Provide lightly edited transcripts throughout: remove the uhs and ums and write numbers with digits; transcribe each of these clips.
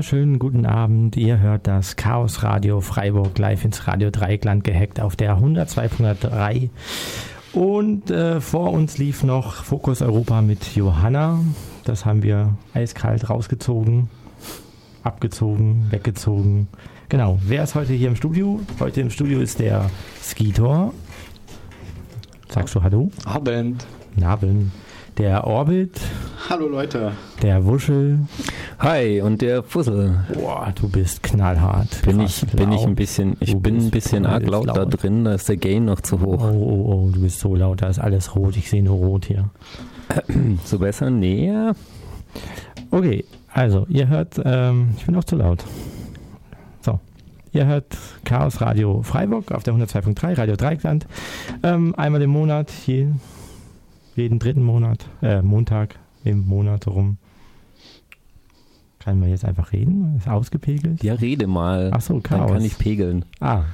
wunderschönen guten Abend. Ihr hört das Chaos Radio Freiburg live ins Radio Dreieckland gehackt auf der 102.3. Und vor uns lief noch Fokus Europa mit Johanna. Das haben wir eiskalt rausgezogen, abgezogen, weggezogen. Genau, wer ist heute hier im Studio? Heute im Studio ist der Skitor. Sagst du Hallo? Abend. Abend. Der Orbit. Hallo Leute. Der Wuschel. Hi, und der Fussel. Boah, du bist knallhart. Ich bin ein bisschen arg laut da drin, da ist der Gain noch zu hoch. Oh, du bist so laut, da ist alles rot, ich sehe nur rot hier. So besser? Nee. Okay, also ihr hört, ich bin auch zu laut. So, ihr hört Chaos Radio Freiburg auf der 102.3, Radio Dreieckland. Einmal im Monat, jeden dritten Monat, Montag im Monat rum. Kann man jetzt einfach reden? Ist ausgepegelt? Ja, rede mal. Ach so, Chaos. Dann kann ich pegeln. Ah.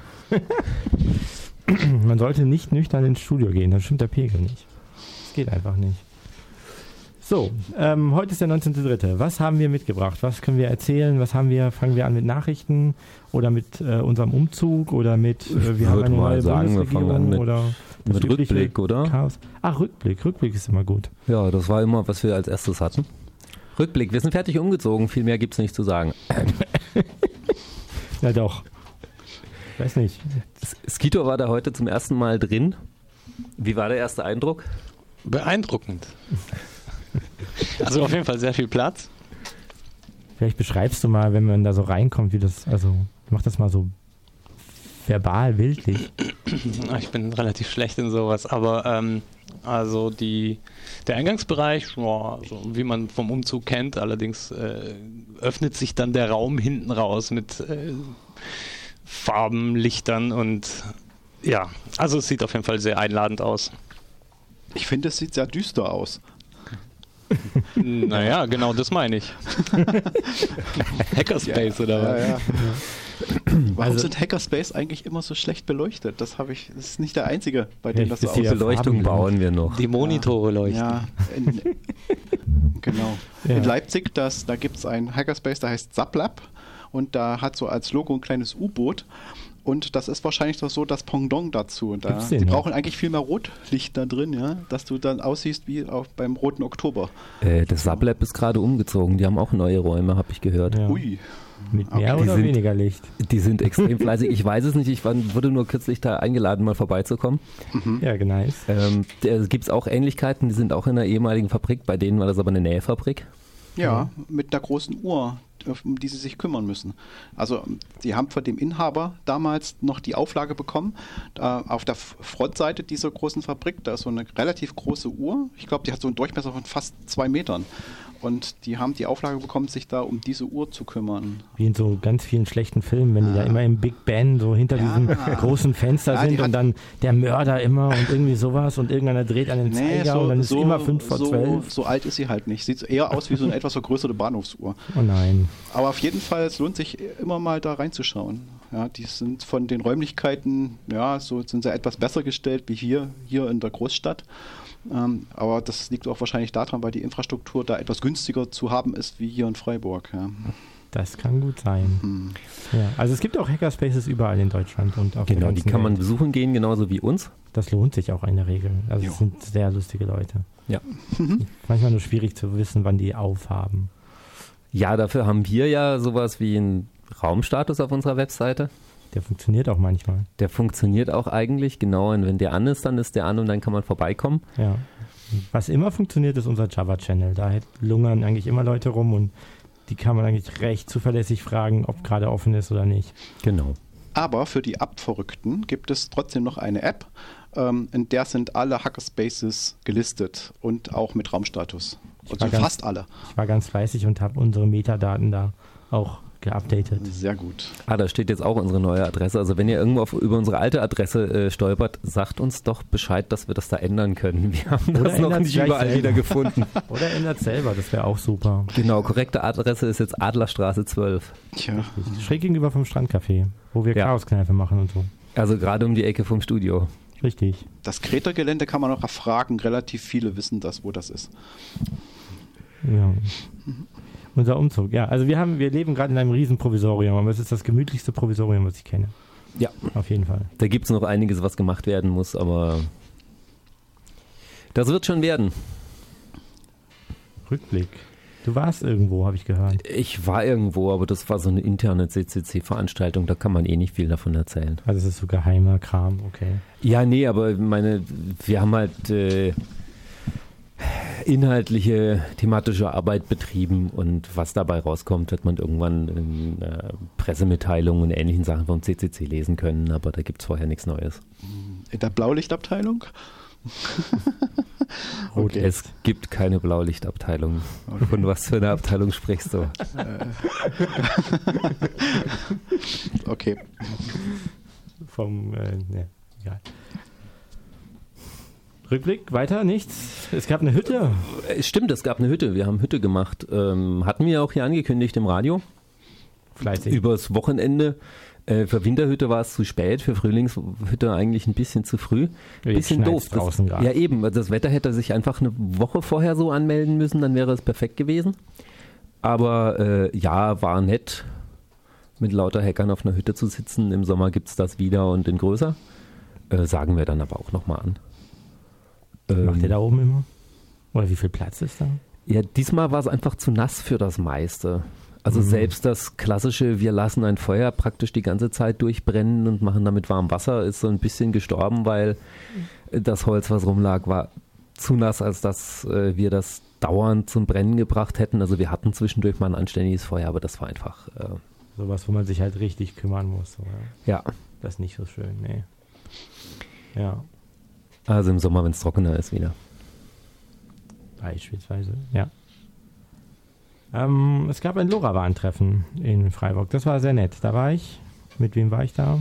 Man sollte nicht nüchtern ins Studio gehen, dann stimmt der Pegel nicht. Das geht einfach nicht. So, heute ist der 19.3. Was haben wir mitgebracht? Was können wir erzählen? Fangen wir an mit Nachrichten oder mit unserem Umzug oder mit wir haben eine neue Bundesregierung oder mit Rückblick, oder? Chaos. Ach, Rückblick ist immer gut. Ja, das war immer, was wir als erstes hatten. Rückblick, wir sind fertig umgezogen, viel mehr gibt es nicht zu sagen. Ja doch. Ich weiß nicht. Skitor war da heute zum ersten Mal drin. Wie war der erste Eindruck? Beeindruckend. Also auf jeden Fall sehr viel Platz. Vielleicht beschreibst du mal, wenn man da so reinkommt, wie das, also mach das mal so verbal, bildlich. Ich bin relativ schlecht in sowas, aber also der Eingangsbereich, so wie man vom Umzug kennt, allerdings öffnet sich dann der Raum hinten raus mit Farben, Lichtern und ja, also es sieht auf jeden Fall sehr einladend aus. Ich finde, es sieht sehr düster aus. Naja, genau das meine ich. Hackerspace oder was? Ja. Warum sind Hackerspace eigentlich immer so schlecht beleuchtet? Das ist nicht der einzige, bei dem das so aussieht. Die Beleuchtung bauen wir noch. Die Monitore leuchten. Ja, genau. Ja. In Leipzig, da gibt es ein Hackerspace, der heißt Zaplab und da hat so als Logo ein kleines U-Boot. Und das ist wahrscheinlich doch so das Pendant dazu. Und die brauchen eigentlich viel mehr Rotlicht da drin, ja, dass du dann aussiehst wie auch beim Roten Oktober. Das Sublab ist gerade umgezogen. Die haben auch neue Räume, habe ich gehört. Ja. Ui. Mit mehr oder weniger Licht? Die sind extrem fleißig. Ich weiß es nicht. Ich wurde nur kürzlich da eingeladen, mal vorbeizukommen. Mhm. Ja, genau. Da gibt es auch Ähnlichkeiten. Die sind auch in einer ehemaligen Fabrik. Bei denen war das aber eine Nähfabrik. Ja, mit einer großen Uhr, um die sie sich kümmern müssen. Also die haben von dem Inhaber damals noch die Auflage bekommen, auf der Frontseite dieser großen Fabrik, da ist so eine relativ große Uhr. Ich glaube, die hat so einen Durchmesser von fast 2 Metern. Und die haben die Auflage bekommen, sich da um diese Uhr zu kümmern. Wie in so ganz vielen schlechten Filmen, wenn die da immer im Big Ben so hinter diesem großen Fenster sind und dann der Mörder immer und irgendwie sowas und irgendeiner dreht an den Zeiger und dann ist immer 5:12. So alt ist sie halt nicht. Sieht eher aus wie so eine etwas vergrößerte Bahnhofsuhr. Oh nein. Aber auf jeden Fall, es lohnt sich immer mal da reinzuschauen. Ja, die sind von den Räumlichkeiten, sind sie etwas besser gestellt wie hier in der Großstadt. Aber das liegt auch wahrscheinlich daran, weil die Infrastruktur da etwas günstiger zu haben ist wie hier in Freiburg. Ja. Das kann gut sein. Ja, also es gibt auch Hackerspaces überall in Deutschland und auf Genau, die kann man besuchen gehen, genauso wie uns. Das lohnt sich auch in der Regel. Also es sind sehr lustige Leute. Ja. Manchmal nur schwierig zu wissen, wann die aufhaben. Ja, dafür haben wir ja sowas wie einen Raumstatus auf unserer Webseite. Der funktioniert auch manchmal. Der funktioniert auch eigentlich, genau. Und wenn der an ist, dann ist der an und dann kann man vorbeikommen. Ja. Was immer funktioniert, ist unser Java-Channel. Da lungern eigentlich immer Leute rum und die kann man eigentlich recht zuverlässig fragen, ob gerade offen ist oder nicht. Genau. Aber für die Abverrückten gibt es trotzdem noch eine App, in der sind alle Hackerspaces gelistet und auch mit Raumstatus. Also fast alle. Ich war ganz fleißig und habe unsere Metadaten da auch geupdatet. Sehr gut. Da steht jetzt auch unsere neue Adresse. Also wenn ihr irgendwo über unsere alte Adresse stolpert, sagt uns doch Bescheid, dass wir das da ändern können. Wir haben das noch nicht überall wieder gefunden. Oder ändert selber, das wäre auch super. Genau, korrekte Adresse ist jetzt Adlerstraße 12. Tja. Schräg gegenüber vom Strandcafé, wo wir Chaoskneipe machen und so. Also gerade um die Ecke vom Studio. Richtig. Das Kreta-Gelände kann man noch erfragen. Relativ viele wissen das, wo das ist. Ja. Unser Umzug, ja. Also wir leben gerade in einem riesen Provisorium, aber es ist das gemütlichste Provisorium, was ich kenne. Ja. Auf jeden Fall. Da gibt es noch einiges, was gemacht werden muss, aber das wird schon werden. Rückblick. Du warst irgendwo, habe ich gehört. Ich war irgendwo, aber das war so eine interne CCC-Veranstaltung, da kann man eh nicht viel davon erzählen. Also es ist so geheimer Kram, okay. Ja, nee, aber wir haben halt inhaltliche, thematische Arbeit betrieben und was dabei rauskommt, wird man irgendwann in Pressemitteilungen und ähnlichen Sachen vom CCC lesen können, aber da gibt es vorher nichts Neues. In der Blaulichtabteilung? Okay. Es gibt keine Blaulichtabteilung. Okay. Von was für einer Abteilung sprichst du? Okay. Egal. Rückblick, weiter, nichts. Es gab eine Hütte. Stimmt, es gab eine Hütte. Wir haben Hütte gemacht. Hatten wir auch hier angekündigt im Radio. Fleißig. Übers Wochenende. Für Winterhütte war es zu spät, für Frühlingshütte eigentlich ein bisschen zu früh. Ein bisschen doof. Ja eben, das Wetter hätte sich einfach eine Woche vorher so anmelden müssen, dann wäre es perfekt gewesen. Aber ja, war nett, mit lauter Hackern auf einer Hütte zu sitzen. Im Sommer gibt es das wieder und in größer. Sagen wir dann aber auch nochmal an. Macht ihr da oben immer? Oder wie viel Platz ist da? Ja, diesmal war es einfach zu nass für das meiste. Also selbst das klassische, wir lassen ein Feuer praktisch die ganze Zeit durchbrennen und machen damit warm Wasser, ist so ein bisschen gestorben, weil das Holz, was rumlag, war zu nass, als dass wir das dauernd zum Brennen gebracht hätten. Also wir hatten zwischendurch mal ein anständiges Feuer, aber das war einfach... sowas, wo man sich halt richtig kümmern muss. Oder? Ja. Das ist nicht so schön, nee. Ja. Also im Sommer, wenn es trockener ist wieder. Beispielsweise, ja. Es gab ein LoRaWAN-Treffen in Freiburg. Das war sehr nett. Da war ich. Mit wem war ich da?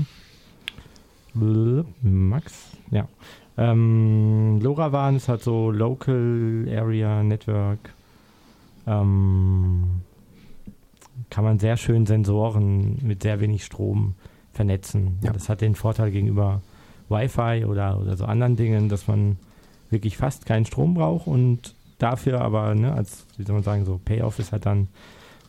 Max? Ja. LoRaWAN ist halt so Local Area Network. Kann man sehr schön Sensoren mit sehr wenig Strom vernetzen. Ja. Das hat den Vorteil gegenüber Wi-Fi oder so anderen Dingen, dass man wirklich fast keinen Strom braucht und dafür aber, als, wie soll man sagen, so Payoff ist halt dann,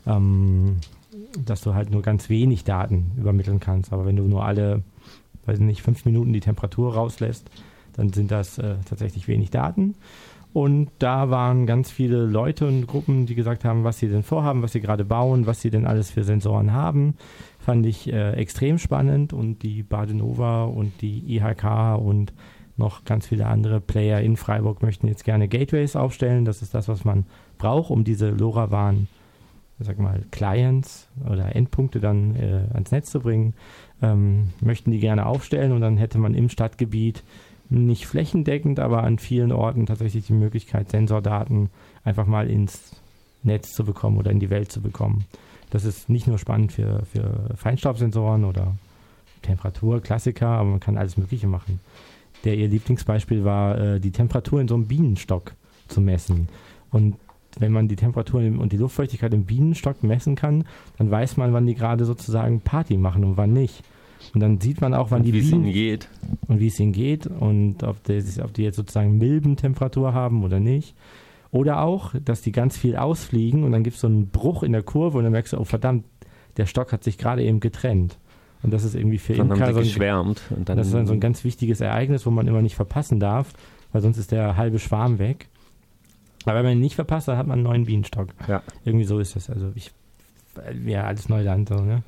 dass du halt nur ganz wenig Daten übermitteln kannst. Aber wenn du nur alle, weiß nicht, 5 Minuten die Temperatur rauslässt, dann sind das tatsächlich wenig Daten. Und da waren ganz viele Leute und Gruppen, die gesagt haben, was sie denn vorhaben, was sie gerade bauen, was sie denn alles für Sensoren haben. Fand ich extrem spannend und die Badenova und die IHK und noch ganz viele andere Player in Freiburg möchten jetzt gerne Gateways aufstellen. Das ist das, was man braucht, um diese LoRaWAN, sag mal, Clients oder Endpunkte dann ans Netz zu bringen. Möchten die gerne aufstellen und dann hätte man im Stadtgebiet nicht flächendeckend, aber an vielen Orten tatsächlich die Möglichkeit, Sensordaten einfach mal ins Netz zu bekommen oder in die Welt zu bekommen. Das ist nicht nur spannend für Feinstaubsensoren oder Temperatur, Klassiker, aber man kann alles Mögliche machen. Ihr Lieblingsbeispiel war, die Temperatur in so einem Bienenstock zu messen. Und wenn man die Temperatur und die Luftfeuchtigkeit im Bienenstock messen kann, dann weiß man, wann die gerade sozusagen Party machen und wann nicht. Und dann sieht man auch, wann die Bienen... Und wie es ihnen geht und ob die jetzt sozusagen Milbentemperatur haben oder nicht. Oder auch, dass die ganz viel ausfliegen und dann gibt es so einen Bruch in der Kurve und dann merkst du, oh verdammt, der Stock hat sich gerade eben getrennt. Und das ist irgendwie für Imker geschwärmt. Und dann das ist dann so ein ganz wichtiges Ereignis, wo man immer nicht verpassen darf, weil sonst ist der halbe Schwarm weg. Aber wenn man ihn nicht verpasst, dann hat man einen neuen Bienenstock. Ja. Irgendwie so ist das. Also alles Neuland. So, ne?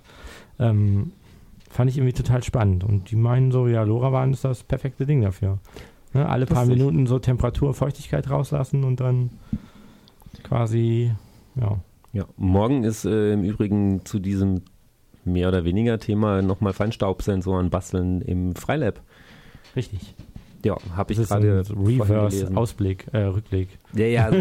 Fand ich irgendwie total spannend. Und die meinen so, ja, LoRaWAN ist das perfekte Ding dafür. Ne? Alle paar Minuten so Temperatur, Feuchtigkeit rauslassen und dann quasi, ja. Ja, morgen ist im Übrigen zu diesem mehr oder weniger Thema nochmal Feinstaubsensoren basteln im Freilab. Richtig. Ja, habe ich gerade Reverse Ausblick, Rückblick. Ja.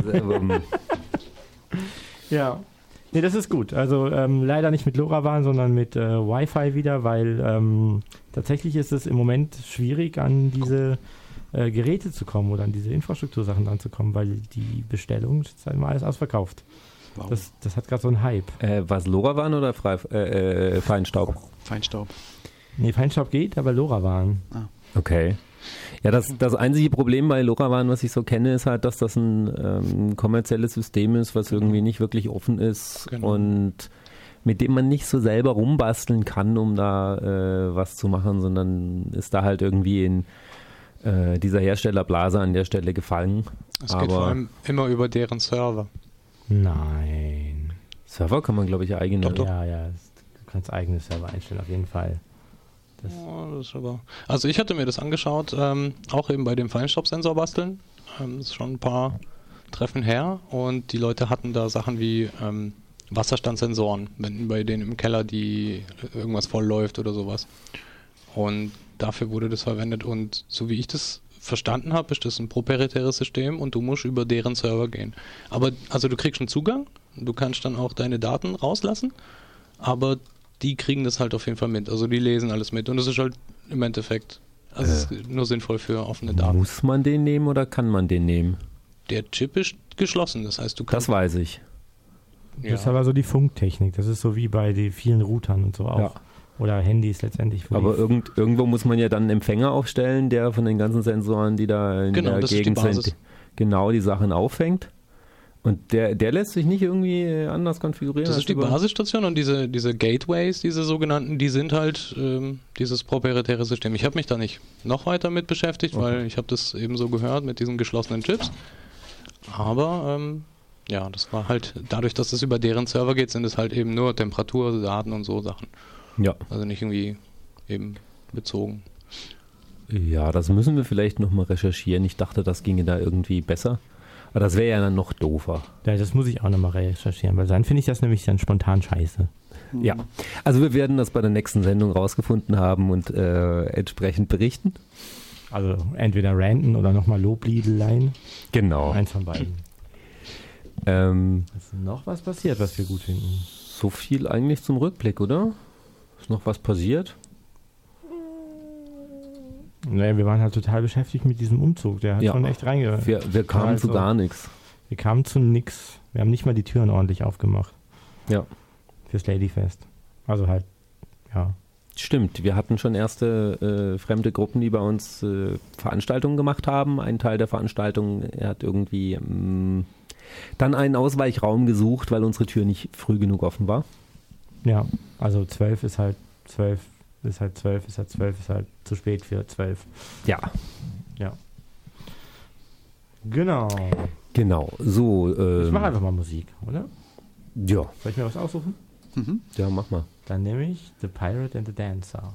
Ja. Nee, das ist gut. Also leider nicht mit LoRaWAN, sondern mit Wi-Fi wieder, weil tatsächlich ist es im Moment schwierig, an diese Geräte zu kommen oder an diese Infrastruktursachen dran zu kommen, weil die Bestellung ist halt immer alles ausverkauft. Wow. Das hat gerade so einen Hype. Was LoRaWAN oder Feinstaub? Feinstaub. Nee, Feinstaub geht, aber LoRaWAN. Okay. Ja, das einzige Problem bei LoRaWAN, was ich so kenne, ist halt, dass das ein kommerzielles System ist, was irgendwie nicht wirklich offen ist und mit dem man nicht so selber rumbasteln kann, um da was zu machen, sondern ist da halt irgendwie in dieser Herstellerblase an der Stelle gefallen. Es geht vor allem immer über deren Server. Nein. Server kann man, glaube ich, eigene. Doch. Ja, du kannst eigene Server einstellen, auf jeden Fall. Das ist aber also ich hatte mir das angeschaut, auch eben bei dem Feinstaubsensor basteln. Das ist schon ein paar Treffen her und die Leute hatten da Sachen wie Wasserstandssensoren, wenn bei denen im Keller irgendwas voll läuft oder sowas. Und dafür wurde das verwendet und so wie ich das verstanden habe, ist das ein proprietäres System und du musst über deren Server gehen. Aber also du kriegst einen Zugang, du kannst dann auch deine Daten rauslassen, aber die kriegen das halt auf jeden Fall mit. Also die lesen alles mit und das ist halt im Endeffekt es ist nur sinnvoll für offene Daten. Muss man den nehmen oder kann man den nehmen? Der Chip ist geschlossen, das heißt du kannst... Das weiß ich. Ja. Das ist aber so die Funktechnik, das ist so wie bei den vielen Routern und so auch. Ja. Oder Handys letztendlich. Aber irgendwo muss man ja dann einen Empfänger aufstellen, der von den ganzen Sensoren, die da in der Gegend sind, genau die Sachen auffängt. Und der lässt sich nicht irgendwie anders konfigurieren. Das ist die Basisstation und diese Gateways, diese sogenannten, die sind halt dieses proprietäre System. Ich habe mich da nicht noch weiter mit beschäftigt, weil ich habe das eben so gehört mit diesen geschlossenen Chips. Aber das war halt, dadurch, dass es über deren Server geht, sind es halt eben nur Temperaturdaten und so Sachen. Ja. Also nicht irgendwie eben bezogen. Ja, das müssen wir vielleicht nochmal recherchieren. Ich dachte, das ginge da irgendwie besser. Aber das wäre ja dann noch doofer. Ja, das muss ich auch nochmal recherchieren, weil dann finde ich das nämlich dann spontan scheiße. Ja, also wir werden das bei der nächsten Sendung rausgefunden haben und entsprechend berichten. Also entweder ranten oder nochmal Lobliedeleien. Genau. Eins von beiden. Ist noch was passiert, was wir gut finden? So viel eigentlich zum Rückblick, oder? Ist noch was passiert? Naja, wir waren halt total beschäftigt mit diesem Umzug. Der hat schon echt reingehört. Wir kamen zu gar nichts. Wir kamen zu nichts. Wir haben nicht mal die Türen ordentlich aufgemacht. Ja. Fürs Ladyfest. Also halt, ja. Stimmt, wir hatten schon erste fremde Gruppen, die bei uns Veranstaltungen gemacht haben. Ein Teil der Veranstaltung, er hat irgendwie dann einen Ausweichraum gesucht, weil unsere Tür nicht früh genug offen war. Ja, also 12 ist halt 12, ist halt 12, ist halt 12, ist halt zu spät für 12. Ja. Ja. Genau. Genau, so. Ich mache einfach mal Musik, oder? Ja. Soll ich mir was aussuchen? Mhm. Ja, mach mal. Dann nehme ich The Pirate and the Dancer.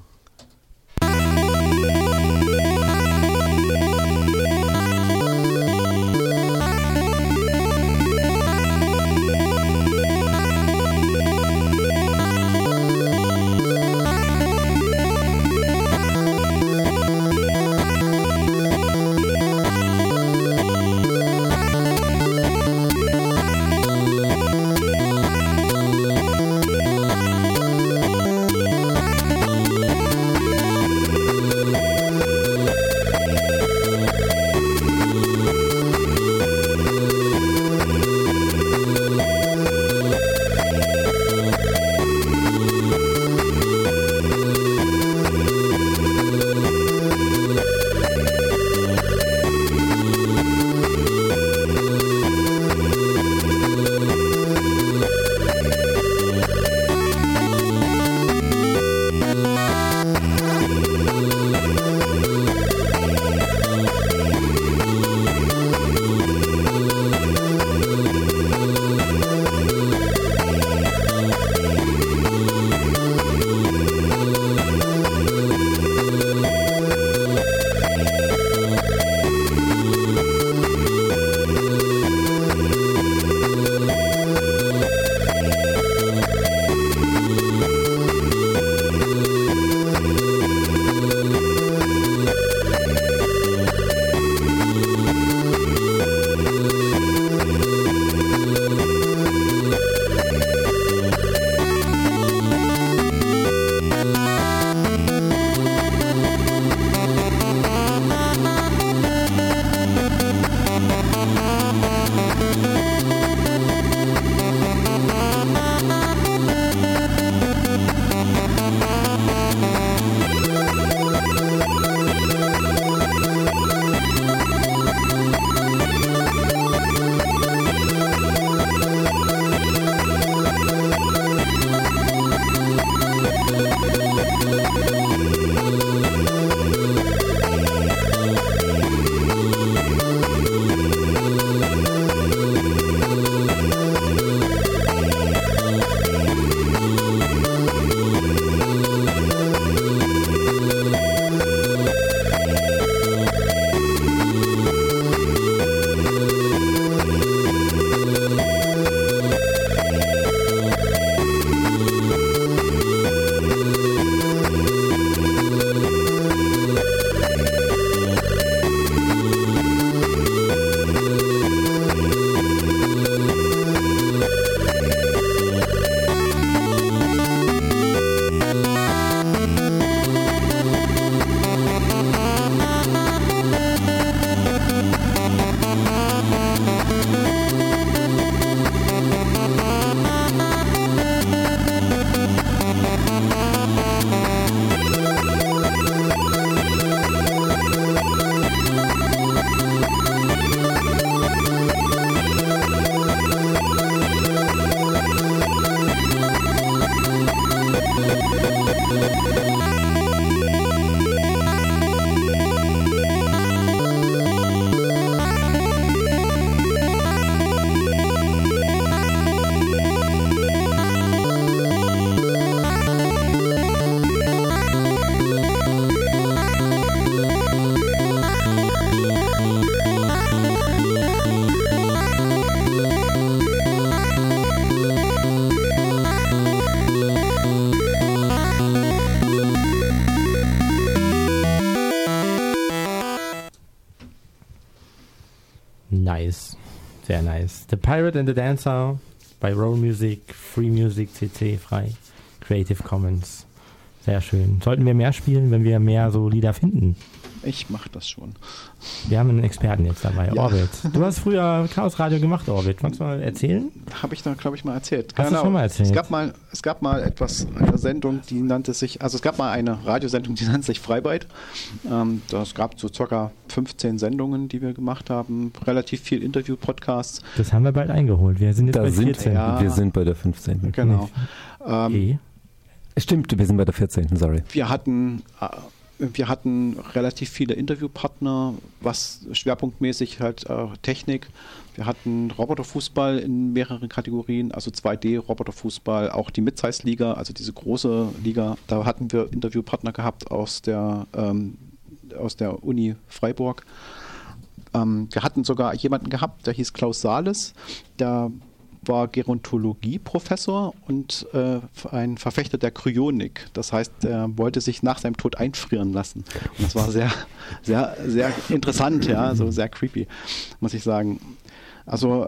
Sehr nice. The Pirate and the Dancer bei Roll Music, Free Music, CC, frei. Creative Commons. Sehr schön. Sollten wir mehr spielen, wenn wir mehr so Lieder finden? Ich mache das schon. Wir haben einen Experten jetzt dabei, ja. Orbit. Du hast früher Chaos Radio gemacht, Orbit. Magst du mal erzählen? Habe ich da, glaube ich, mal erzählt. Hast du schon mal erzählt? Es gab mal eine Sendung, die nannte sich, also es gab mal eine Radiosendung, die nannte sich Freibyte. Es gab so ca. 15 Sendungen, die wir gemacht haben. Relativ viel Interview-Podcasts. Das haben wir bald eingeholt. Wir sind jetzt bei 14. Wir sind bei der 15. Genau. Okay. Stimmt, wir sind bei der 14. Sorry. Wir hatten relativ viele Interviewpartner, was schwerpunktmäßig halt Technik. Wir hatten Roboterfußball in mehreren Kategorien, also 2D-Roboterfußball, auch die Mid-Size-Liga, also diese große Liga. Da hatten wir Interviewpartner gehabt aus der Uni Freiburg. Wir hatten sogar jemanden gehabt, der hieß Klaus Sales, der war Gerontologie-Professor und ein Verfechter der Kryonik. Das heißt, er wollte sich nach seinem Tod einfrieren lassen. Und das war sehr, sehr, sehr interessant, ja, also sehr creepy, muss ich sagen. Also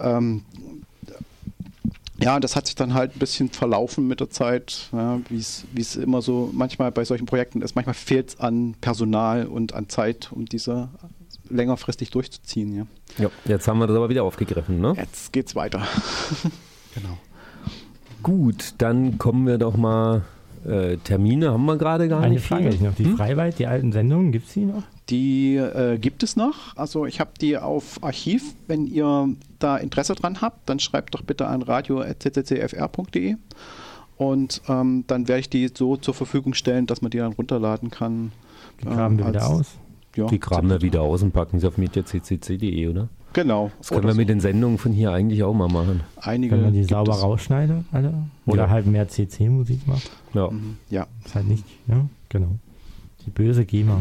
ja, das hat sich dann halt ein bisschen verlaufen mit der Zeit, ja, wie es immer so manchmal bei solchen Projekten ist. Manchmal fehlt es an Personal und an Zeit, um diese längerfristig durchzuziehen. Ja. Ja, jetzt haben wir das aber wieder aufgegriffen, ne? Jetzt geht's weiter. Genau. Gut, dann kommen wir doch mal. Termine haben wir gerade gar nicht. Eine Frage noch. Die Freibyte, die alten Sendungen, gibt es die noch? Die gibt es noch. Also ich habe die auf Archiv. Wenn ihr da Interesse dran habt, dann schreibt doch bitte an radio@cccfr.de und dann werde ich die so zur Verfügung stellen, dass man die dann runterladen kann. Die graben wir wieder aus? Ja, die graben wir wieder aus und packen sie auf mediaccc.de, oder? Genau. Das können wir mit den Sendungen von hier eigentlich auch mal machen. Wenn man die sauber rausschneidet, alle? Oder halt mehr CC-Musik macht. Ja. Ja. Ist halt nicht, ja, genau. Die böse GEMA.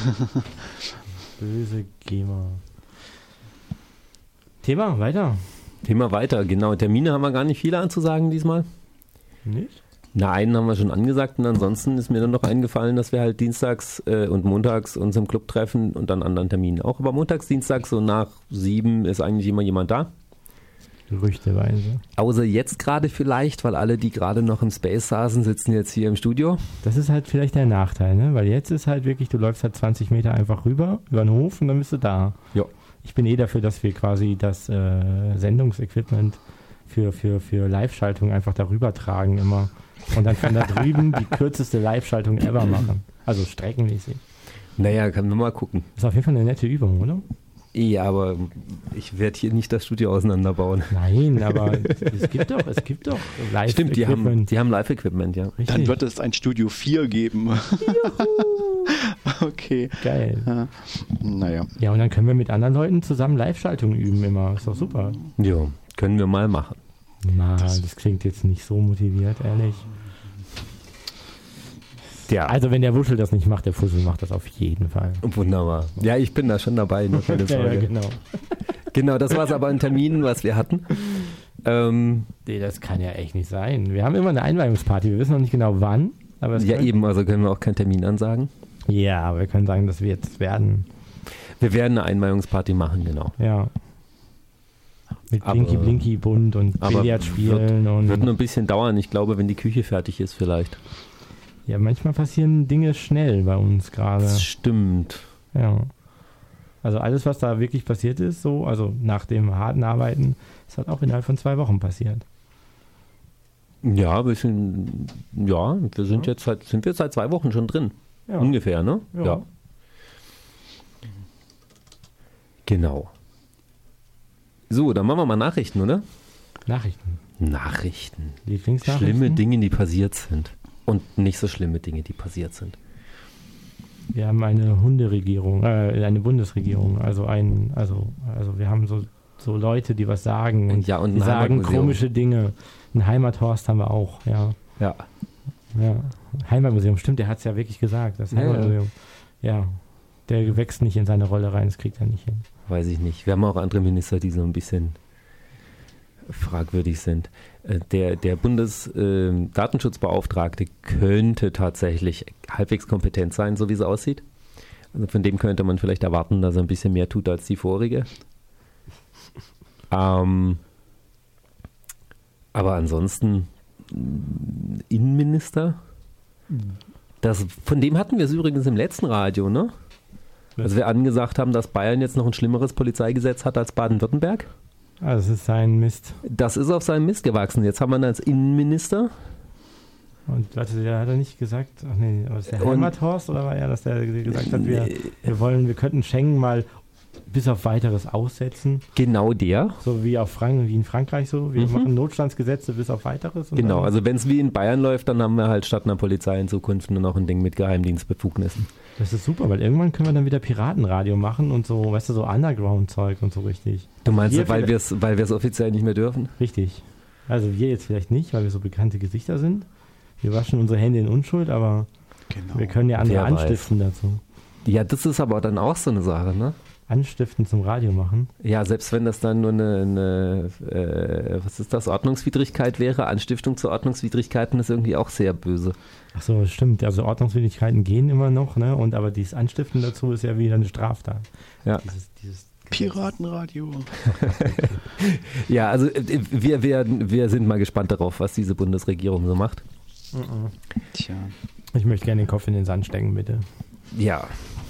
Böse GEMA. Thema weiter, genau. Termine haben wir gar nicht viele anzusagen diesmal. Nicht? Na, einen haben wir schon angesagt und ansonsten ist mir dann noch eingefallen, dass wir halt dienstags und montags uns im Club treffen und dann anderen Terminen auch. Aber montags, dienstags so nach 7 ist eigentlich immer jemand da. Gerüchteweise. Außer jetzt gerade vielleicht, weil alle, die gerade noch im Space saßen, sitzen jetzt hier im Studio. Das ist halt vielleicht der Nachteil, ne? Weil jetzt ist halt wirklich, du läufst halt 20 Meter einfach rüber, über den Hof und dann bist du da. Ja. Ich bin dafür, dass wir quasi das Sendungsequipment für Live-Schaltung einfach darüber tragen immer. Und dann von da drüben die kürzeste Live-Schaltung ever machen. Also streckenmäßig. Naja, können wir mal gucken. Ist auf jeden Fall eine nette Übung, oder? Ja, aber ich werde hier nicht das Studio auseinanderbauen. Nein, aber es gibt doch Live-Equipment. Stimmt, die haben Live-Equipment, ja. Richtig. Dann wird es ein Studio 4 geben. Okay. Geil. Ja. Naja. Ja, und dann können wir mit anderen Leuten zusammen Live-Schaltung üben immer. Ist doch super. Ja, können wir mal machen. Na, das klingt jetzt nicht so motiviert, ehrlich. Ja. Also wenn der Wuschel das nicht macht, der Fussel macht das auf jeden Fall. Wunderbar. Ja, ich bin da schon dabei. Ne, keine Frage. Ja, genau. Genau, das war es aber an Terminen, was wir hatten. Nee, das kann ja echt nicht sein. Wir haben immer eine Einweihungsparty, wir wissen noch nicht genau wann. Aber ja eben, also können wir auch keinen Termin ansagen. Ja, aber wir können sagen, dass wir jetzt werden. Wir werden eine Einweihungsparty machen, genau. Ja. Mit Blinky bunt und Billard spielen. Wird nur ein bisschen dauern, ich glaube, wenn die Küche fertig ist vielleicht. Ja, manchmal passieren Dinge schnell bei uns gerade. Das stimmt. Ja. Also alles, was da wirklich passiert ist, so, also nach dem harten Arbeiten, ist halt auch innerhalb von 2 Wochen passiert. Ja, wir sind jetzt seit 2 Wochen schon drin. Ja. Ungefähr, ne? Ja. Genau. So, dann machen wir mal Nachrichten, oder? Nachrichten. Lieblingsnachrichten. Schlimme Dinge, die passiert sind. Und nicht so schlimme Dinge, die passiert sind. Wir haben eine eine Bundesregierung, also wir haben so Leute, die was sagen und die sagen komische Dinge. Ein Heimathorst haben wir auch, ja. Ja. Heimatmuseum, stimmt, der hat es ja wirklich gesagt, das Heimatmuseum. Ja, der wächst nicht in seine Rolle rein, das kriegt er nicht hin. Weiß ich nicht. Wir haben auch andere Minister, die so ein bisschen fragwürdig sind. Der Bundesdatenschutzbeauftragte könnte tatsächlich halbwegs kompetent sein, so wie es aussieht. Also von dem könnte man vielleicht erwarten, dass er ein bisschen mehr tut als die vorige. Aber ansonsten Innenminister, von dem hatten wir es übrigens im letzten Radio, ne? Also wir angesagt haben, dass Bayern jetzt noch ein schlimmeres Polizeigesetz hat als Baden-Württemberg. Ah, das ist sein Mist. Das ist auf seinen Mist gewachsen. Jetzt haben wir ihn als Innenminister. Und warte, der hat er nicht gesagt, ach nee, war das der Heimathorst oder war er, dass der gesagt hat, wir könnten Schengen mal bis auf Weiteres aussetzen. Genau der. So wie in Frankreich so. Wir machen Notstandsgesetze bis auf Weiteres. Und genau, also wenn es wie in Bayern läuft, dann haben wir halt statt einer Polizei in Zukunft nur noch ein Ding mit Geheimdienstbefugnissen. Das ist super, weil irgendwann können wir dann wieder Piratenradio machen und so, weißt du, so Underground-Zeug und so richtig. Du meinst, weil wir es offiziell nicht mehr dürfen? Richtig. Also wir jetzt vielleicht nicht, weil wir so bekannte Gesichter sind. Wir waschen unsere Hände in Unschuld, aber wir können ja andere anstiften dazu. Ja, das ist aber dann auch so eine Sache, ne? Anstiften zum Radio machen. Ja, selbst wenn das dann nur eine Ordnungswidrigkeit wäre, Anstiftung zu Ordnungswidrigkeiten ist irgendwie auch sehr böse. Ach so, stimmt. Also Ordnungswidrigkeiten gehen immer noch, ne? Aber dieses Anstiften dazu ist ja wieder eine Straftat. Ja. Dieses Piratenradio. Ja, also wir sind mal gespannt darauf, was diese Bundesregierung so macht. Tja. Ich möchte gerne den Kopf in den Sand stecken, bitte. Ja.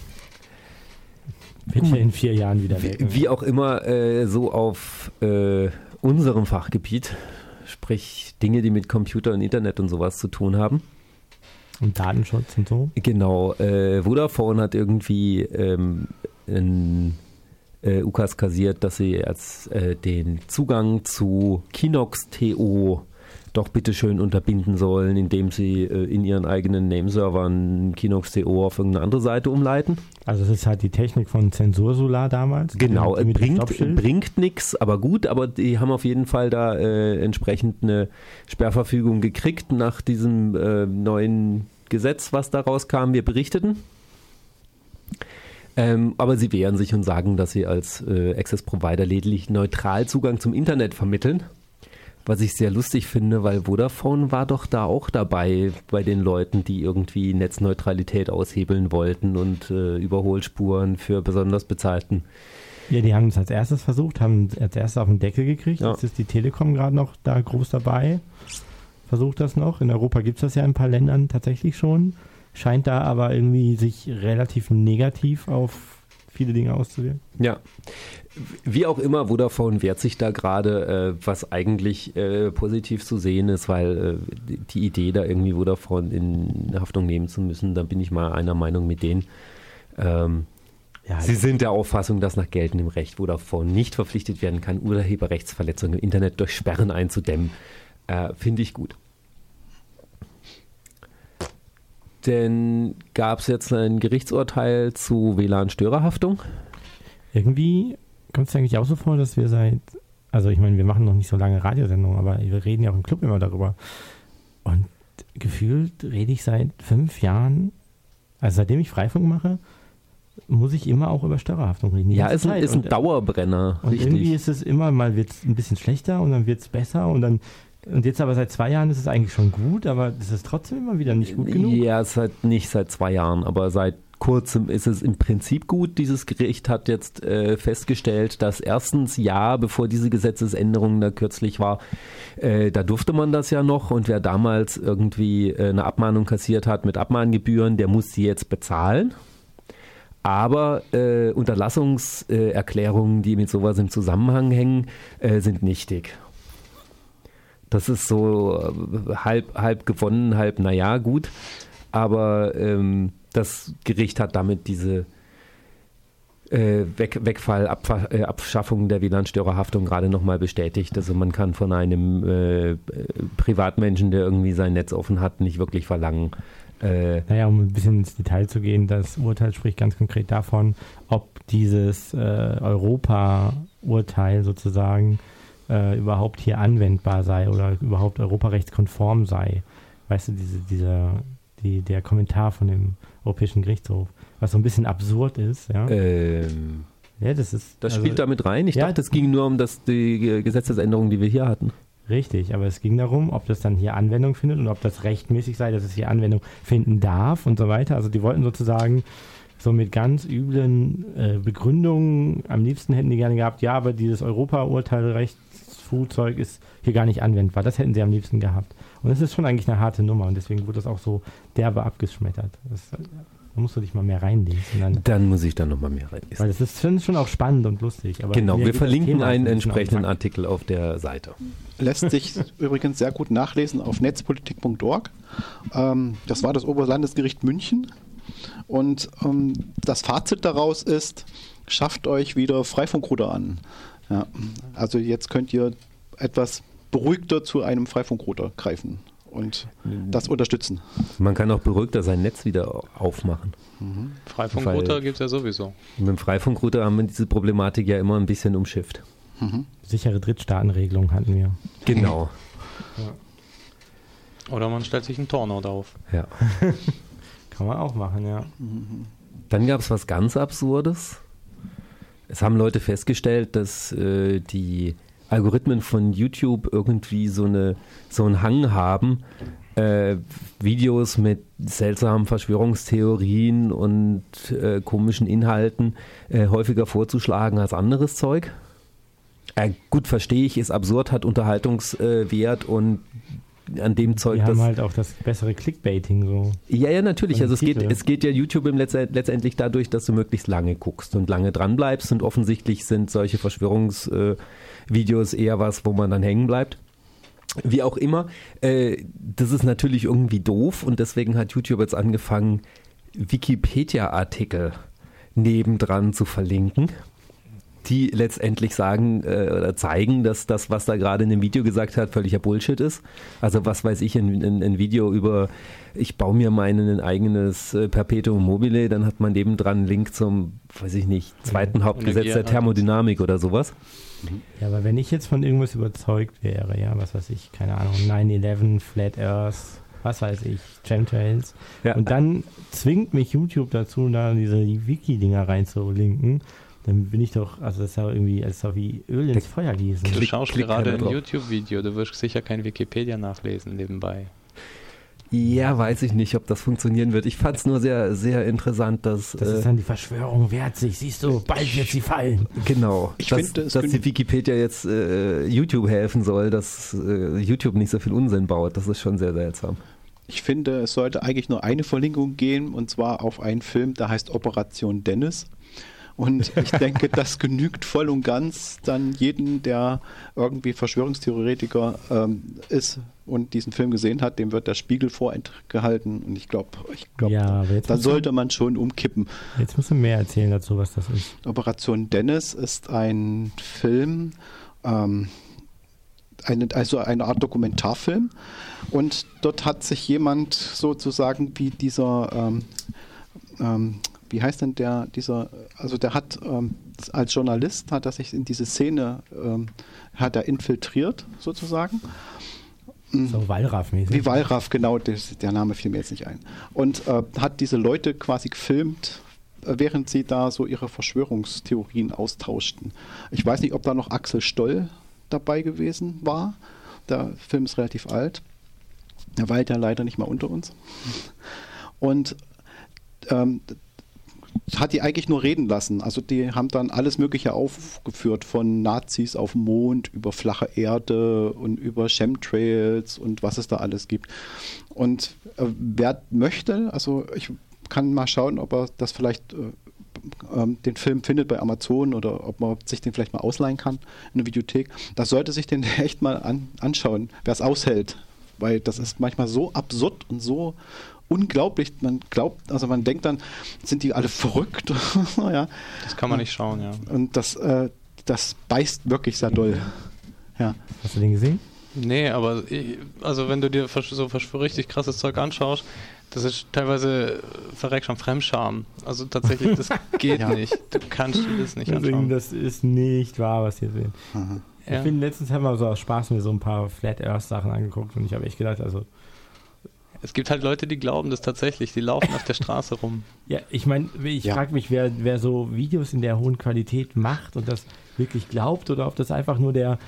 Wird ja in 4 Jahren wieder weg. Wie auch immer, so auf unserem Fachgebiet, sprich Dinge, die mit Computer und Internet und sowas zu tun haben. Und Datenschutz und so. Genau. Vodafone hat irgendwie einen UKAS kassiert, dass sie als den Zugang zu Kinox.to doch bitteschön unterbinden sollen, indem sie in ihren eigenen Nameservern Kinox.to auf irgendeine andere Seite umleiten. Also das ist halt die Technik von Zensursolar damals. Genau, bringt nichts, aber gut, aber die haben auf jeden Fall da entsprechend eine Sperrverfügung gekriegt nach diesem neuen Gesetz, was da rauskam. Wir berichteten. Aber sie wehren sich und sagen, dass sie als Access-Provider lediglich neutral Zugang zum Internet vermitteln. Was ich sehr lustig finde, weil Vodafone war doch da auch dabei bei den Leuten, die irgendwie Netzneutralität aushebeln wollten und Überholspuren für besonders bezahlten. Ja, die haben es als erstes versucht, haben als erstes auf den Deckel gekriegt. Ja. Jetzt ist die Telekom gerade noch da groß dabei. Versucht das noch. In Europa gibt es das ja in ein paar Ländern tatsächlich schon. Scheint da aber irgendwie sich relativ negativ auf viele Dinge auszuwirken. Ja, wie auch immer, Vodafone wehrt sich da gerade, was eigentlich positiv zu sehen ist, weil die Idee, da irgendwie Vodafone in Haftung nehmen zu müssen, da bin ich mal einer Meinung mit denen. Sie sind der Auffassung, dass nach geltendem Recht Vodafone nicht verpflichtet werden kann, Urheberrechtsverletzungen im Internet durch Sperren einzudämmen. Finde ich gut. Denn gab es jetzt ein Gerichtsurteil zu WLAN-Störerhaftung? Irgendwie kommt es eigentlich auch so vor, dass wir also ich meine, wir machen noch nicht so lange Radiosendungen, aber wir reden ja auch im Club immer darüber. Und gefühlt rede ich seit 5 Jahren, also seitdem ich Freifunk mache, muss ich immer auch über Störerhaftung reden. Ja, ist ein Dauerbrenner. Und richtig. Irgendwie ist es immer, mal wird es ein bisschen schlechter und dann wird es besser und jetzt aber seit 2 Jahren ist es eigentlich schon gut, aber es ist trotzdem immer wieder nicht gut genug. Ja, nicht seit 2 Jahren, aber seit kurzem ist es im Prinzip gut. Dieses Gericht hat jetzt festgestellt, dass erstens, bevor diese Gesetzesänderung da kürzlich war, da durfte man das ja noch und wer damals irgendwie eine Abmahnung kassiert hat mit Abmahngebühren, der muss sie jetzt bezahlen. Aber Unterlassungserklärungen, die mit sowas im Zusammenhang hängen, sind nichtig. Das ist so halb gewonnen, halb naja, gut. Aber das Gericht hat damit diese Abschaffung der WLAN-Störerhaftung gerade nochmal bestätigt. Also man kann von einem Privatmenschen, der irgendwie sein Netz offen hat, nicht wirklich verlangen. Um ein bisschen ins Detail zu gehen, das Urteil spricht ganz konkret davon, ob dieses Europa-Urteil sozusagen überhaupt hier anwendbar sei oder überhaupt europarechtskonform sei. Weißt du, der Kommentar von dem Europäischen Gerichtshof, was so ein bisschen absurd ist. Ja, das spielt damit rein. Ich dachte, es ging nur um die Gesetzesänderungen, die wir hier hatten. Richtig, aber es ging darum, ob das dann hier Anwendung findet und ob das rechtmäßig sei, dass es hier Anwendung finden darf und so weiter. Also die wollten sozusagen so mit ganz üblen Begründungen. Am liebsten hätten die gerne gehabt, ja, aber dieses Europa-Urteilrechtsfuhrzeug ist hier gar nicht anwendbar. Das hätten sie am liebsten gehabt. Und es ist schon eigentlich eine harte Nummer und deswegen wurde das auch so derbe abgeschmettert. Da musst du dich mal mehr reinlesen. Dann muss ich da nochmal mehr reinlesen. Weil das ist schon auch spannend und lustig. Aber genau, wir verlinken einen entsprechenden Artikel auf der Seite. Lässt sich übrigens sehr gut nachlesen auf netzpolitik.org. Das war das Oberlandesgericht München. Und das Fazit daraus ist, schafft euch wieder Freifunkrouter an. Ja, also jetzt könnt ihr etwas beruhigter zu einem Freifunkrouter greifen und das unterstützen. Man kann auch beruhigter sein Netz wieder aufmachen. Freifunkrouter gibt es ja sowieso. Mit dem Freifunkrouter haben wir diese Problematik ja immer ein bisschen umschifft. Sichere Drittstaatenregelung hatten wir. Genau. Ja. Oder man stellt sich einen Tornado auf. Ja. Kann man auch machen, ja. Dann gab es was ganz Absurdes. Es haben Leute festgestellt, dass die Algorithmen von YouTube irgendwie so einen Hang haben, Videos mit seltsamen Verschwörungstheorien und komischen Inhalten häufiger vorzuschlagen als anderes Zeug. Gut, verstehe ich, ist absurd, hat Unterhaltungswert und an dem Zeug. Die haben halt auch das bessere Clickbaiting so. Ja, natürlich. Also es geht ja YouTube letztendlich dadurch, dass du möglichst lange guckst und lange dran bleibst und offensichtlich sind solche Verschwörungsvideos eher was, wo man dann hängen bleibt. Wie auch immer, das ist natürlich irgendwie doof und deswegen hat YouTube jetzt angefangen, Wikipedia-Artikel nebendran zu verlinken, die letztendlich sagen oder zeigen, dass das, was da gerade in dem Video gesagt hat, völliger Bullshit ist. Also was weiß ich, ein Video über, ich baue mir mein eigenes Perpetuum mobile, dann hat man nebendran einen Link zum, weiß ich nicht, zweiten Hauptgesetz der Thermodynamik oder sowas. Ja, aber wenn ich jetzt von irgendwas überzeugt wäre, ja, was weiß ich, keine Ahnung, 9/11, Flat Earth, was weiß ich, Chemtrails, ja. Und dann zwingt mich YouTube dazu, da diese Wiki-Dinger reinzulinken, dann bin ich doch, also das ist ja irgendwie, als wie Öl ins Feuer gießen. Du schaust gerade ein YouTube-Video, du wirst sicher kein Wikipedia nachlesen nebenbei. Ja, weiß ich nicht, ob das funktionieren wird. Ich fand es nur sehr, sehr interessant, dass... Das ist dann die Verschwörung, wehrt sich, siehst du, bald wird sie fallen. Genau, dass die Wikipedia jetzt YouTube helfen soll, dass YouTube nicht so viel Unsinn baut, das ist schon sehr seltsam. Ich finde, es sollte eigentlich nur eine Verlinkung gehen, und zwar auf einen Film, der heißt Operation Dennis. Und ich denke, das genügt voll und ganz dann jeden, der irgendwie Verschwörungstheoretiker ist und diesen Film gesehen hat, dem wird der Spiegel vorenthalten. Und ich glaube, ja, da sollte man schon umkippen. Jetzt musst du mehr erzählen dazu, was das ist. Operation Dennis ist ein Film, also eine Art Dokumentarfilm. Und dort hat sich jemand sozusagen wie dieser... wie heißt denn der hat als Journalist, hat er sich in diese Szene, hat er infiltriert sozusagen. So Wallraff-mäßig. Wie Wallraff, genau, der Name fiel mir jetzt nicht ein. Und hat diese Leute quasi gefilmt, während sie da so ihre Verschwörungstheorien austauschten. Ich weiß nicht, ob da noch Axel Stoll dabei gewesen war. Der Film ist relativ alt. Er weilt ja leider nicht mal unter uns. Und hat die eigentlich nur reden lassen. Also die haben dann alles Mögliche aufgeführt, von Nazis auf dem Mond, über flache Erde und über Chemtrails und was es da alles gibt. Und wer möchte, also ich kann mal schauen, ob er das vielleicht den Film findet bei Amazon oder ob man sich den vielleicht mal ausleihen kann in der Videothek. Da sollte sich den echt mal anschauen, wer es aushält. Weil das ist manchmal so absurd und so unglaublich, man denkt dann, sind die alle verrückt? Ja. Das kann man nicht schauen, ja. Und das beißt wirklich sehr doll. Ja. Hast du den gesehen? Nee, aber also wenn du dir so richtig krasses Zeug anschaust, das ist teilweise verreckt schon Fremdscham. Also tatsächlich, das geht nicht. Du kannst dir das nicht anschauen. Das ist nicht wahr, was ihr seht. Ja. Ich finde, letztens haben wir so aus Spaß mir so ein paar Flat Earth Sachen angeguckt und ich habe echt gedacht, also es gibt halt Leute, die glauben das tatsächlich, die laufen auf der Straße rum. Ja, ich meine, ich frage mich, wer so Videos in der hohen Qualität macht und das wirklich glaubt oder ob das einfach nur der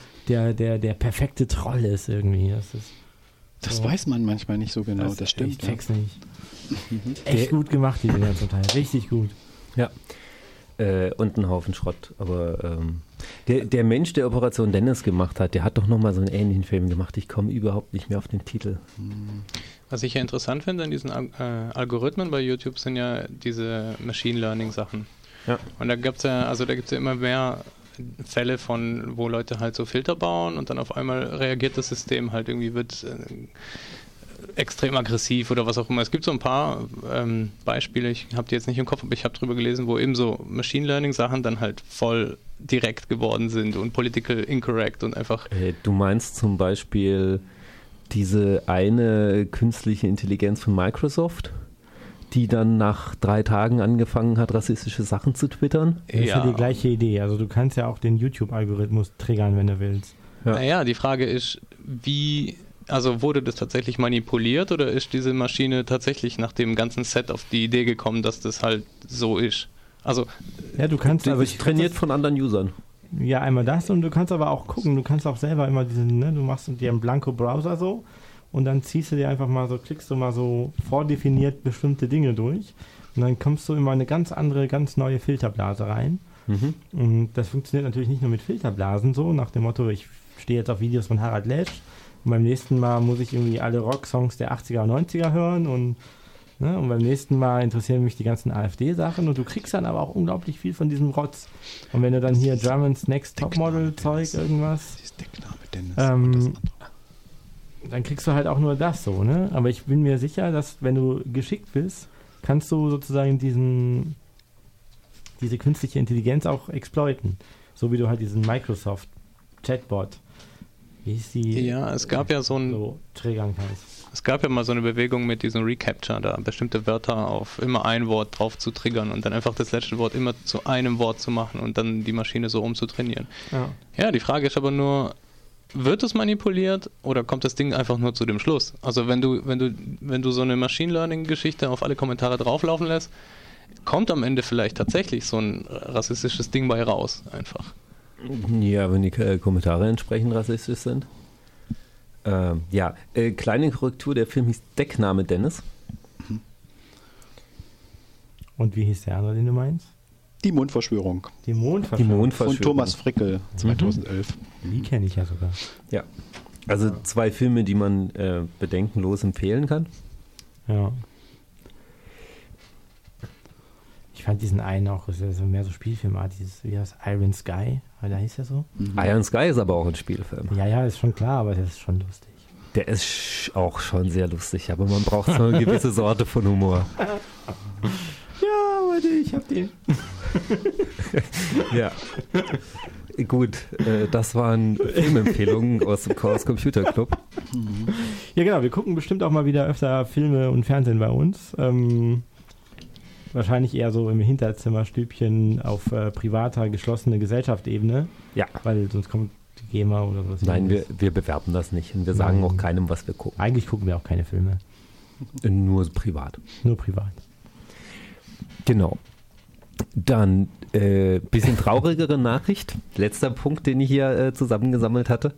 perfekte Troll ist irgendwie. Das weiß man manchmal nicht so genau, das stimmt. Ich check's nicht. Echt gut gemacht, die Dinger zum Teil. Richtig gut. Ja. Und ein Haufen Schrott. Aber der Mensch, der Operation Dennis gemacht hat, der hat doch nochmal so einen ähnlichen Film gemacht. Ich komme überhaupt nicht mehr auf den Titel. Was ich ja interessant finde an diesen Algorithmen bei YouTube sind ja diese Machine Learning Sachen. Ja. Und da gibt's ja immer mehr Fälle von, wo Leute halt so Filter bauen und dann auf einmal reagiert das System halt irgendwie, wird extrem aggressiv oder was auch immer. Es gibt so ein paar Beispiele, ich habe die jetzt nicht im Kopf, aber ich habe drüber gelesen, wo eben so Machine Learning Sachen dann halt voll direkt geworden sind und political incorrect und einfach... Du meinst zum Beispiel diese eine künstliche Intelligenz von Microsoft, die dann nach 3 Tagen angefangen hat, rassistische Sachen zu twittern? Das ist ja die gleiche Idee. Also du kannst ja auch den YouTube-Algorithmus triggern, wenn du willst. Ja. Naja, die Frage ist, also wurde das tatsächlich manipuliert oder ist diese Maschine tatsächlich nach dem ganzen Set auf die Idee gekommen, dass das halt so ist? Also ja, du kannst also trainiert von anderen Usern. Ja, einmal das und du kannst aber auch gucken, du kannst auch selber immer diesen, du machst dir einen Blanko-Browser so und dann ziehst du dir einfach mal so, klickst du mal so vordefiniert bestimmte Dinge durch und dann kommst du immer eine ganz andere, ganz neue Filterblase rein. Und das funktioniert natürlich nicht nur mit Filterblasen so, nach dem Motto, ich stehe jetzt auf Videos von Harald Lesch und beim nächsten Mal muss ich irgendwie alle Rocksongs der 80er und 90er hören und beim nächsten Mal interessieren mich die ganzen AfD-Sachen und du kriegst dann aber auch unglaublich viel von diesem Rotz. Und wenn du dann hier Germans Next Topmodel-Zeug irgendwas, dann kriegst du halt auch nur das so, ne? Aber ich bin mir sicher, dass wenn du geschickt bist, kannst du sozusagen diese künstliche Intelligenz auch exploiten. So wie du halt diesen Microsoft Chatbot, wie hieß die? Ja, es gab ja so triggern kannst. Es gab ja mal so eine Bewegung mit diesem Recapture, da bestimmte Wörter auf immer ein Wort drauf zu triggern und dann einfach das letzte Wort immer zu einem Wort zu machen und dann die Maschine so umzutrainieren. Ja, die Frage ist aber nur, wird es manipuliert oder kommt das Ding einfach nur zu dem Schluss? Also wenn du so eine Machine Learning Geschichte auf alle Kommentare drauflaufen lässt, kommt am Ende vielleicht tatsächlich so ein rassistisches Ding bei raus, einfach. Ja, wenn die Kommentare entsprechend rassistisch sind. Kleine Korrektur, der Film hieß Deckname Dennis. Und wie hieß der andere, den du meinst? Die Mondverschwörung. Die Mondverschwörung. Von Thomas Frickel, 2011. Die kenne ich ja sogar. Ja, also 2 Filme, die man bedenkenlos empfehlen kann. Ja. Ich fand diesen einen auch, ist ja so mehr so Spielfilmart, wie heißt Iron Sky, weil da hieß ja so. Iron Sky ist aber auch ein Spielfilm. Ja, ist schon klar, aber der ist schon lustig. Der ist auch schon sehr lustig, aber man braucht so eine gewisse Sorte von Humor. Ja, warte, ich hab den. Ja. Gut, das waren Filmempfehlungen aus dem Chaos Computer Club. Ja, genau, wir gucken bestimmt auch mal wieder öfter Filme und Fernsehen bei uns. Wahrscheinlich eher so im Hinterzimmerstübchen auf privater, geschlossener Gesellschaftsebene. Ja. Weil sonst kommt die GEMA oder so. Nein, wir bewerben das nicht und wir sagen auch keinem, was wir gucken. Eigentlich gucken wir auch keine Filme. Nur privat. Nur privat. Genau. Dann bisschen traurigere Nachricht. Letzter Punkt, den ich hier zusammengesammelt hatte.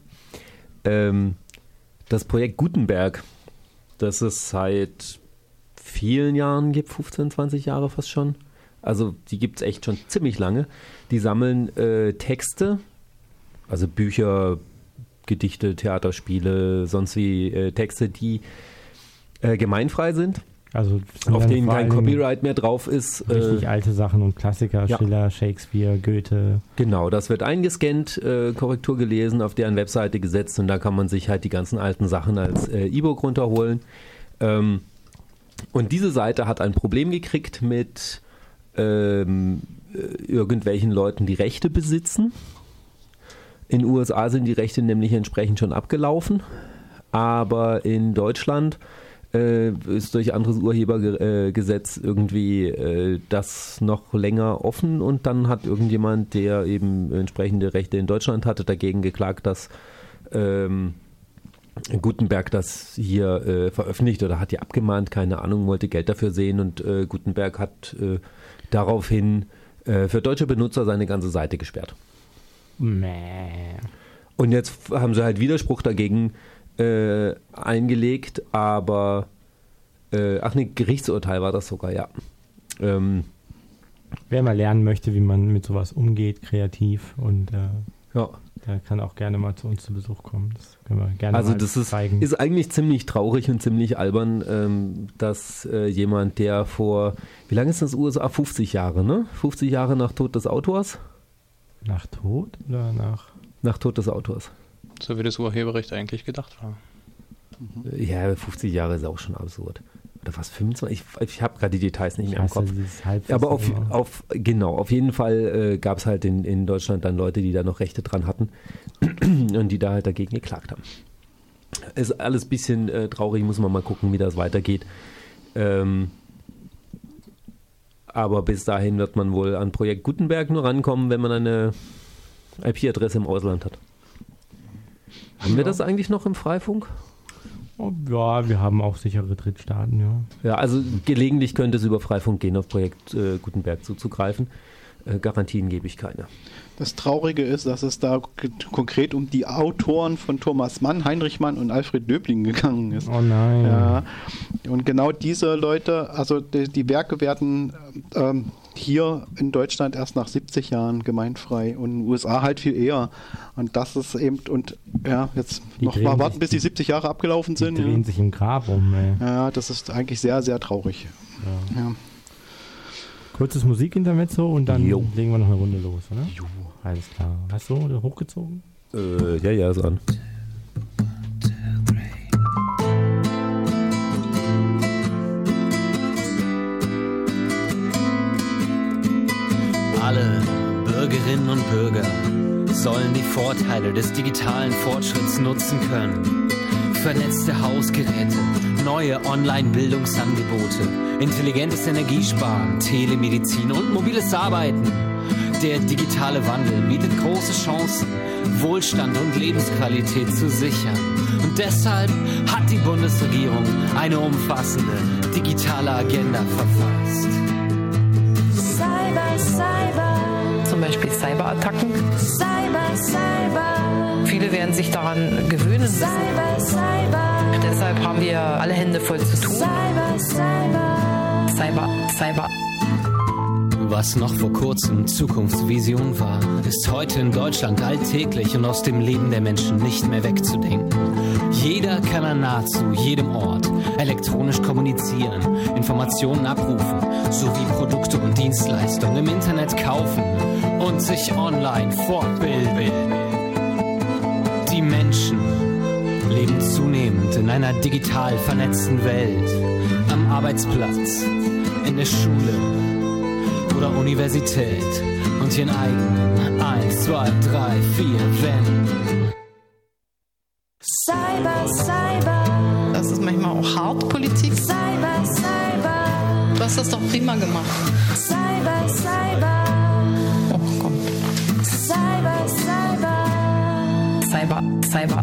Das Projekt Gutenberg, das es seit vielen Jahren gibt, 15, 20 Jahre fast schon. Also die gibt es echt schon ziemlich lange. Die sammeln Texte, also Bücher, Gedichte, Theaterspiele, sonst wie Texte, die gemeinfrei sind. Also auf denen kein Copyright mehr drauf ist. Richtig alte Sachen und Klassiker, ja. Schiller, Shakespeare, Goethe. Genau, das wird eingescannt, Korrektur gelesen, auf deren Webseite gesetzt und da kann man sich halt die ganzen alten Sachen als E-Book runterholen. Und diese Seite hat ein Problem gekriegt mit irgendwelchen Leuten, die Rechte besitzen. In den USA sind die Rechte nämlich entsprechend schon abgelaufen, aber in Deutschland ist durch anderes Urhebergesetz irgendwie das noch länger offen und dann hat irgendjemand, der eben entsprechende Rechte in Deutschland hatte, dagegen geklagt, dass Gutenberg das hier veröffentlicht oder hat die abgemahnt, keine Ahnung, wollte Geld dafür sehen und Gutenberg hat daraufhin für deutsche Benutzer seine ganze Seite gesperrt. Und jetzt haben sie halt Widerspruch dagegen eingelegt, aber Gerichtsurteil war das sogar, ja. Wer mal lernen möchte, wie man mit sowas umgeht, kreativ und der kann auch gerne mal zu uns zu Besuch kommen. Das können wir gerne mal zeigen. Ist eigentlich ziemlich traurig und ziemlich albern, dass jemand, der vor, wie lange ist das USA? 50 Jahre, ne? 50 Jahre nach Tod des Autors? Nach Tod oder nach? Nach Tod des Autors. So wie das Urheberrecht eigentlich gedacht war. Ja, 50 Jahre ist auch schon absurd. Oder was, 25? Ich habe gerade die Details nicht mehr im Kopf. Aber auf jeden Fall gab es halt in Deutschland dann Leute, die da noch Rechte dran hatten und die da halt dagegen geklagt haben. Ist alles ein bisschen traurig, muss man mal gucken, wie das weitergeht. Aber bis dahin wird man wohl an Projekt Gutenberg nur rankommen, wenn man eine IP-Adresse im Ausland hat. Haben wir das eigentlich noch im Freifunk? Ja, wir haben auch sichere Drittstaaten, ja. Ja, also gelegentlich könnte es über Freifunk gehen, auf Projekt Gutenberg zuzugreifen. Garantien gebe ich keine. Das Traurige ist, dass es da konkret um die Autoren von Thomas Mann, Heinrich Mann und Alfred Döblin gegangen ist. Oh nein. Ja. Und genau diese Leute, also die Werke werden hier in Deutschland erst nach 70 Jahren gemeinfrei und in den USA halt viel eher. Und das ist eben, und ja, jetzt noch mal warten, bis die 70 Jahre abgelaufen sind. Die drehen sich im Grab um, ey. Ja, das ist eigentlich sehr, sehr traurig. Ja. Kurzes Musikintermezzo und dann legen wir noch eine Runde los, oder? Jo. Alles klar. Hast du hochgezogen? Ja, ist an. Alle Bürgerinnen und Bürger sollen die Vorteile des digitalen Fortschritts nutzen können. Vernetzte Hausgeräte, neue Online-Bildungsangebote, intelligentes Energiesparen, Telemedizin und mobiles Arbeiten. Der digitale Wandel bietet große Chancen, Wohlstand und Lebensqualität zu sichern. Und deshalb hat die Bundesregierung eine umfassende digitale Agenda verfasst. Cyber. Zum Beispiel Cyberattacken. Cyber. Viele werden sich daran gewöhnen müssen. Deshalb haben wir alle Hände voll zu tun. Cyber. Was noch vor kurzem Zukunftsvision war, ist heute in Deutschland alltäglich und aus dem Leben der Menschen nicht mehr wegzudenken. Jeder kann an nahezu jedem Ort elektronisch kommunizieren, Informationen abrufen, sowie Produkte und Dienstleistungen im Internet kaufen und sich online fortbilden. Die Menschen leben zunehmend in einer digital vernetzten Welt, am Arbeitsplatz, in der Schule oder Universität und ihren eigenen 1, 2, 3, 4 Wänden. Cyber. Das ist manchmal auch hart, Politik. Cyber. Du hast das doch prima gemacht. Cyber. Oh, komm. Cyber.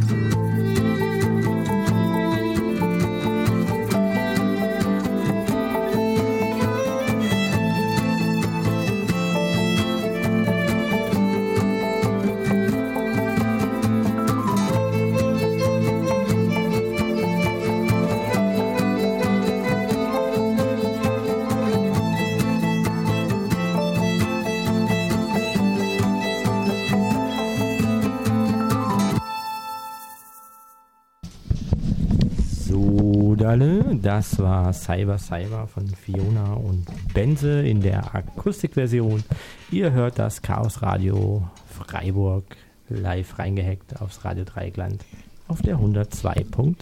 Das war Cyber von Fiona und Benze in der Akustikversion. Ihr hört das Chaos Radio Freiburg live reingehackt aufs Radio Dreieckland auf der 102.3.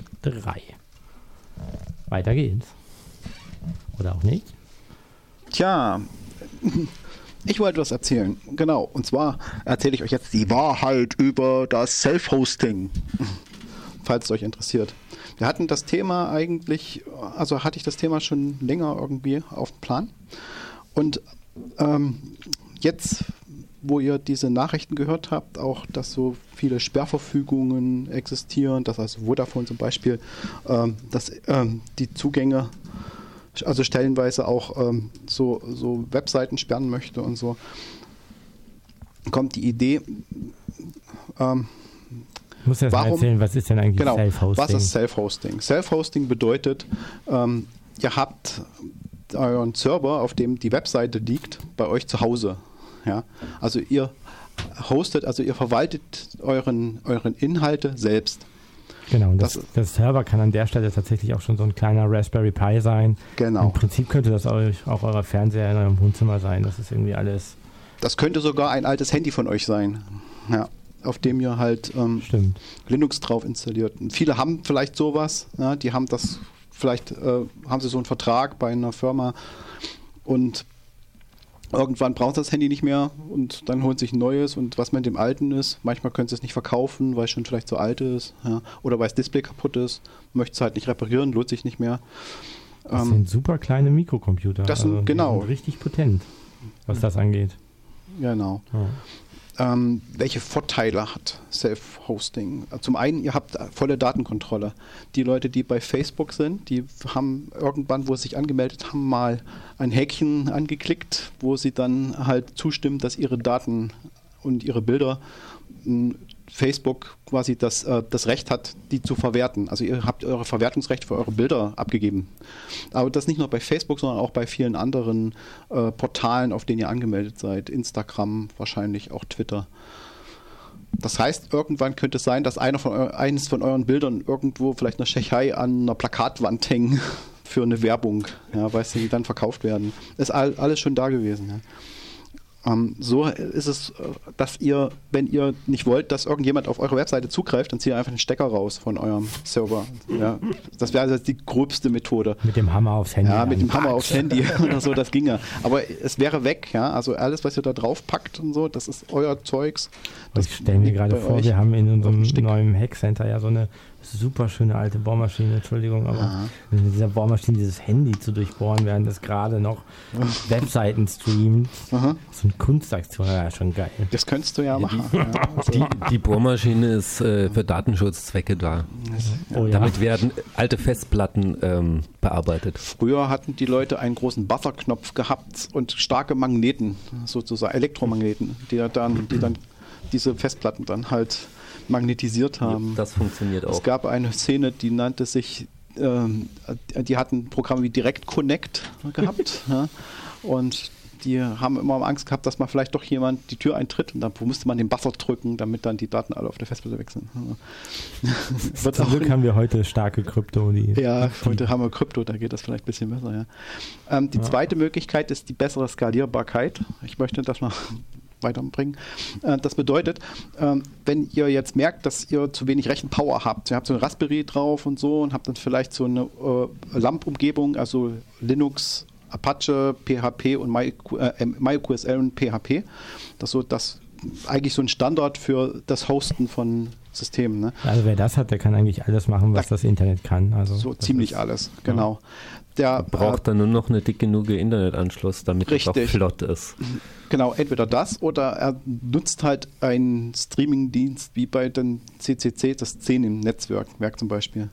Weiter geht's. Oder auch nicht? Tja, ich wollte was erzählen. Genau, und zwar erzähle ich euch jetzt die Wahrheit über das Self-Hosting, falls es euch interessiert. Wir hatten das Thema eigentlich, also hatte ich das Thema schon länger irgendwie auf dem Plan. Und jetzt, wo ihr diese Nachrichten gehört habt, auch, dass so viele Sperrverfügungen existieren, dass also Vodafone zum Beispiel, dass die Zugänge, also stellenweise auch so Webseiten sperren möchte und so, kommt die Idee, ich muss erst mal erzählen, was ist denn eigentlich Self-Hosting? Was ist Self-Hosting? Self-Hosting bedeutet, ihr habt euren Server, auf dem die Webseite liegt, bei euch zu Hause. Ja? Also ihr hostet, also ihr verwaltet euren Inhalte selbst. Genau, und das Server kann an der Stelle tatsächlich auch schon so ein kleiner Raspberry Pi sein. Genau. Im Prinzip könnte das auch euer Fernseher in eurem Wohnzimmer sein. Das ist irgendwie alles. Das könnte sogar ein altes Handy von euch sein, ja, auf dem ihr halt Linux drauf installiert. Und viele haben vielleicht sowas, ja, die haben das, vielleicht haben sie so einen Vertrag bei einer Firma und irgendwann braucht das Handy nicht mehr und dann holt sich ein neues und was mit dem alten ist, manchmal können sie es nicht verkaufen, weil es schon vielleicht zu alt ist, ja, oder weil das Display kaputt ist, möchte es halt nicht reparieren, lohnt sich nicht mehr. Das sind super kleine Mikrocomputer. Das sind, genau. Die sind richtig potent, was das angeht. Genau. Ja. Welche Vorteile hat Self-Hosting? Zum einen, ihr habt volle Datenkontrolle. Die Leute, die bei Facebook sind, die haben irgendwann, wo sie sich angemeldet haben, mal ein Häkchen angeklickt, wo sie dann halt zustimmen, dass ihre Daten und ihre Bilder Facebook quasi das Recht hat, die zu verwerten. Also ihr habt eure Verwertungsrechte für eure Bilder abgegeben. Aber das nicht nur bei Facebook, sondern auch bei vielen anderen Portalen, auf denen ihr angemeldet seid. Instagram, wahrscheinlich auch Twitter. Das heißt, irgendwann könnte es sein, dass eines von euren Bildern irgendwo vielleicht in der Tschechei an einer Plakatwand hängen für eine Werbung, ja, weißt du, die dann verkauft werden. Ist alles schon da gewesen. Ja. So ist es, dass ihr, wenn ihr nicht wollt, dass irgendjemand auf eure Webseite zugreift, dann zieht ihr einfach den Stecker raus von eurem Server. Ja, das wäre die gröbste Methode. Mit dem Hammer aufs Handy. Ja, mit dem Hammer aufs Handy oder so, das ginge. Aber es wäre weg, ja. Also alles, was ihr da drauf packt und so, das ist euer Zeugs. Ich stelle mir gerade vor, wir haben in unserem neuen Hackcenter ja so eine super schöne alte Bohrmaschine, Entschuldigung, aber mit dieser Bohrmaschine dieses Handy zu durchbohren, während das gerade noch Webseiten streamt. So eine Kunstaktion, ja, schon geil. Das könntest du ja machen. Die Bohrmaschine ist für Datenschutzzwecke da. Oh, ja. Damit werden alte Festplatten bearbeitet. Früher hatten die Leute einen großen Bufferknopf gehabt und starke Magneten, sozusagen Elektromagneten, die dann diese Festplatten dann halt magnetisiert haben. Ja, das funktioniert auch. Es gab eine Szene, die nannte sich, die hatten Programme wie Direct Connect gehabt, ja, und die haben immer Angst gehabt, dass mal vielleicht doch jemand die Tür eintritt und dann musste man den Buzzer drücken, damit dann die Daten alle auf der Festplatte wechseln. Zum Glück haben wir heute starke Krypto. Heute haben wir Krypto, da geht das vielleicht ein bisschen besser. Ja. Die zweite Möglichkeit ist die bessere Skalierbarkeit. Ich möchte das mal weiterbringen. Das bedeutet, wenn ihr jetzt merkt, dass ihr zu wenig Rechenpower habt, ihr habt so eine Raspberry drauf und so und habt dann vielleicht so eine LAMP-Umgebung, also Linux, Apache, PHP und MyQSL und PHP. Das eigentlich so ein Standard für das Hosten von Systemen. Ne? Also wer das hat, der kann eigentlich alles machen, was das Internet kann. Also so ziemlich alles, genau. Der braucht dann nur noch eine dick genug Internetanschluss, damit es auch flott ist. Genau, entweder das oder er nutzt halt einen Streaming-Dienst wie bei den CCC, das 10 im Netzwerk zum Beispiel.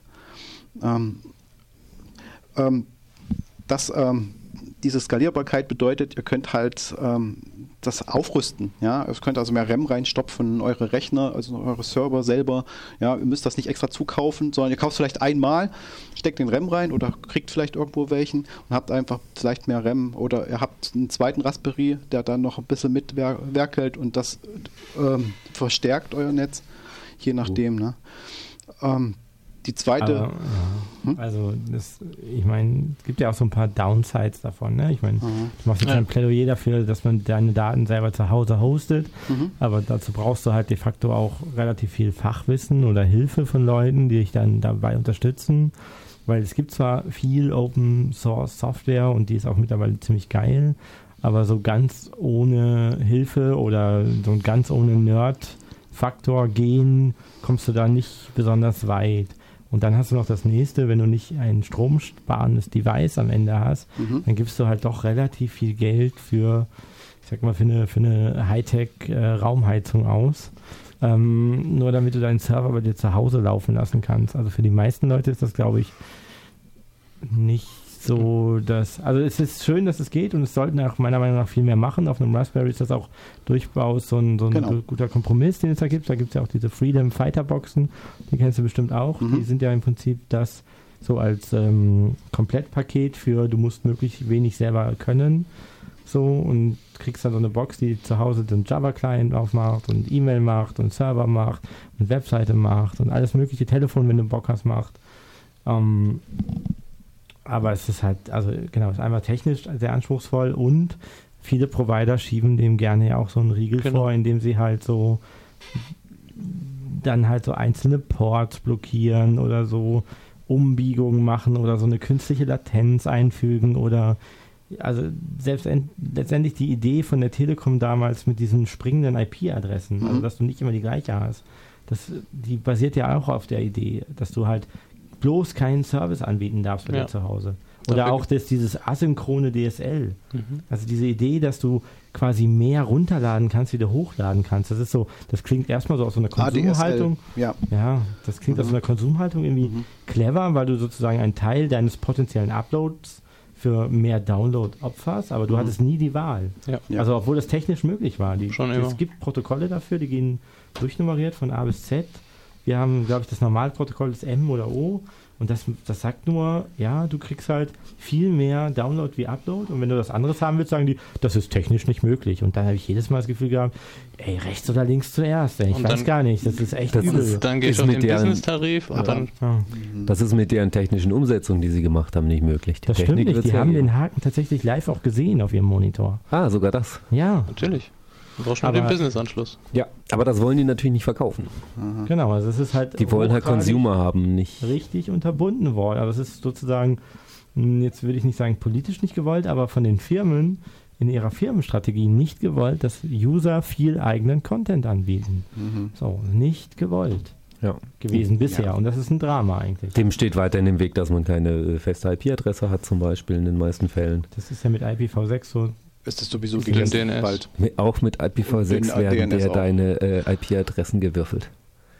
Diese Skalierbarkeit bedeutet, ihr könnt halt das aufrüsten. Ja? Ihr könnt also mehr RAM reinstopfen in eure Rechner, also in eure Server selber. Ja? Ihr müsst das nicht extra zukaufen, sondern ihr kauft vielleicht einmal, steckt den RAM rein oder kriegt vielleicht irgendwo welchen und habt einfach vielleicht mehr RAM. Oder ihr habt einen zweiten Raspberry, der dann noch ein bisschen mitwerkelt und das verstärkt euer Netz, je nachdem. Ne? Die zweite... Also ich meine, es gibt ja auch so ein paar Downsides davon. Ne? Ich meine, du machst jetzt ein Plädoyer dafür, dass man deine Daten selber zu Hause hostet, aber dazu brauchst du halt de facto auch relativ viel Fachwissen oder Hilfe von Leuten, die dich dann dabei unterstützen, weil es gibt zwar viel Open Source Software und die ist auch mittlerweile ziemlich geil, aber so ganz ohne Hilfe oder so ganz ohne Nerd-Faktor gehen, kommst du da nicht besonders weit. Und dann hast du noch das nächste, wenn du nicht ein stromsparendes Device am Ende hast, dann gibst du halt doch relativ viel Geld für eine Hightech-Raumheizung aus. Nur damit du deinen Server bei dir zu Hause laufen lassen kannst. Also für die meisten Leute ist das, glaube ich, nicht so, also es ist schön, dass es geht und es sollten auch meiner Meinung nach viel mehr machen. Auf einem Raspberry ist das auch durchaus so ein guter Kompromiss, den es da gibt. Da gibt es ja auch diese Freedom Fighter Boxen, die kennst du bestimmt auch. Die sind ja im Prinzip das so als Komplettpaket für, du musst möglichst wenig selber können, so, und kriegst dann so eine Box, die zu Hause den Java-Client aufmacht und E-Mail macht und Server macht und Webseite macht und alles mögliche, Telefon, wenn du Bock hast, macht. Aber es ist halt, also genau, es ist einfach technisch sehr anspruchsvoll und viele Provider schieben dem gerne ja auch so einen Riegel vor, indem sie halt so dann halt so einzelne Ports blockieren oder so Umbiegungen machen oder so eine künstliche Latenz einfügen oder also letztendlich die Idee von der Telekom damals mit diesen springenden IP-Adressen, also dass du nicht immer die gleiche hast, die basiert ja auch auf der Idee, dass du halt bloß keinen Service anbieten darfst bei dir zu Hause. Oder auch dieses asynchrone DSL. Also diese Idee, dass du quasi mehr runterladen kannst, wieder hochladen kannst. Das ist so, das klingt erstmal so aus so einer Konsumhaltung. Ja, das klingt aus so einer Konsumhaltung irgendwie clever, weil du sozusagen einen Teil deines potenziellen Uploads für mehr Download opferst, aber du hattest nie die Wahl. Ja. Also obwohl das technisch möglich war. Es gibt Protokolle dafür, die gehen durchnummeriert von A bis Z. Wir haben, glaube ich, das Normalprotokoll ist M oder O und das sagt nur, ja, du kriegst halt viel mehr Download wie Upload und wenn du das anderes haben willst, sagen die, das ist technisch nicht möglich. Und dann habe ich jedes Mal das Gefühl gehabt, ey, rechts oder links zuerst, ey, ich weiß gar nicht, das ist echt übel. Dann gehst du auf den Business-Tarif und dann... Das ist mit deren technischen Umsetzung, die sie gemacht haben, nicht möglich. Das stimmt nicht, die haben den Haken tatsächlich live auch gesehen auf ihrem Monitor. Ah, sogar das? Ja. Natürlich. Du brauchst nur den Business-Anschluss. Ja, aber das wollen die natürlich nicht verkaufen. Genau, also es ist halt... Die wollen halt Consumer haben, nicht... Richtig unterbunden wollen, aber es ist sozusagen, jetzt würde ich nicht sagen politisch nicht gewollt, aber von den Firmen in ihrer Firmenstrategie nicht gewollt, dass User viel eigenen Content anbieten. So, nicht gewollt gewesen bisher. Ja. Und das ist ein Drama eigentlich. Dem steht weiterhin im Weg, dass man keine feste IP-Adresse hat, zum Beispiel in den meisten Fällen. Das ist ja mit IPv6 so... Ist das sowieso gegessen bald? Auch mit IPv6 werden dir deine IP-Adressen gewürfelt.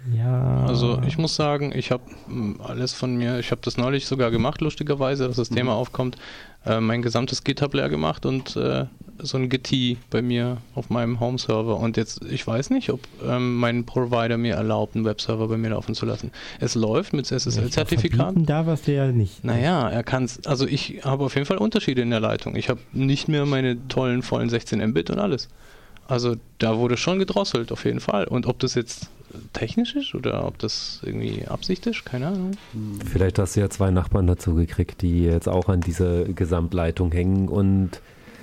Ja. Also ich muss sagen, ich habe alles von mir, ich habe das neulich sogar gemacht, lustigerweise, dass das Thema aufkommt, mein gesamtes GitHub leer gemacht und so ein Git bei mir auf meinem Home-Server. Und jetzt, ich weiß nicht, ob mein Provider mir erlaubt, einen Webserver bei mir laufen zu lassen. Es läuft mit SSL-Zertifikat. Da was der ja nicht. Naja, er kann es, also ich habe auf jeden Fall Unterschiede in der Leitung. Ich habe nicht mehr meine tollen, vollen 16 Mbit und alles. Also da wurde schon gedrosselt, auf jeden Fall. Und ob das jetzt technisch ist oder ob das irgendwie Absicht ist, keine Ahnung. Vielleicht hast du ja 2 Nachbarn dazu gekriegt, die jetzt auch an dieser Gesamtleitung hängen und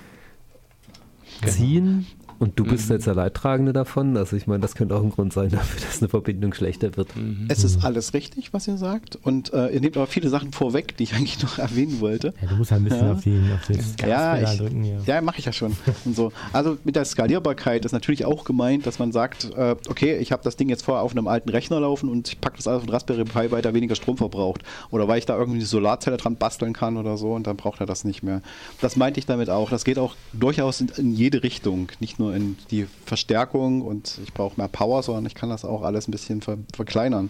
ziehen. Und du bist jetzt der Leidtragende davon. Also ich meine, das könnte auch ein Grund sein dafür, dass eine Verbindung schlechter wird. Es ist alles richtig, was ihr sagt. Und ihr nehmt aber viele Sachen vorweg, die ich eigentlich noch erwähnen wollte. Ja, du musst halt ein bisschen auf das Gaspedal drücken. Ja, mache ich ja schon. Und so. Also mit der Skalierbarkeit ist natürlich auch gemeint, dass man sagt, okay, ich habe das Ding jetzt vorher auf einem alten Rechner laufen und ich packe das alles auf den Raspberry Pi, weil der weniger Strom verbraucht. Oder weil ich da irgendwie eine Solarzelle dran basteln kann oder so und dann braucht er das nicht mehr. Das meinte ich damit auch. Das geht auch durchaus in jede Richtung. Nicht nur in die Verstärkung und ich brauche mehr Power, sondern ich kann das auch alles ein bisschen verkleinern.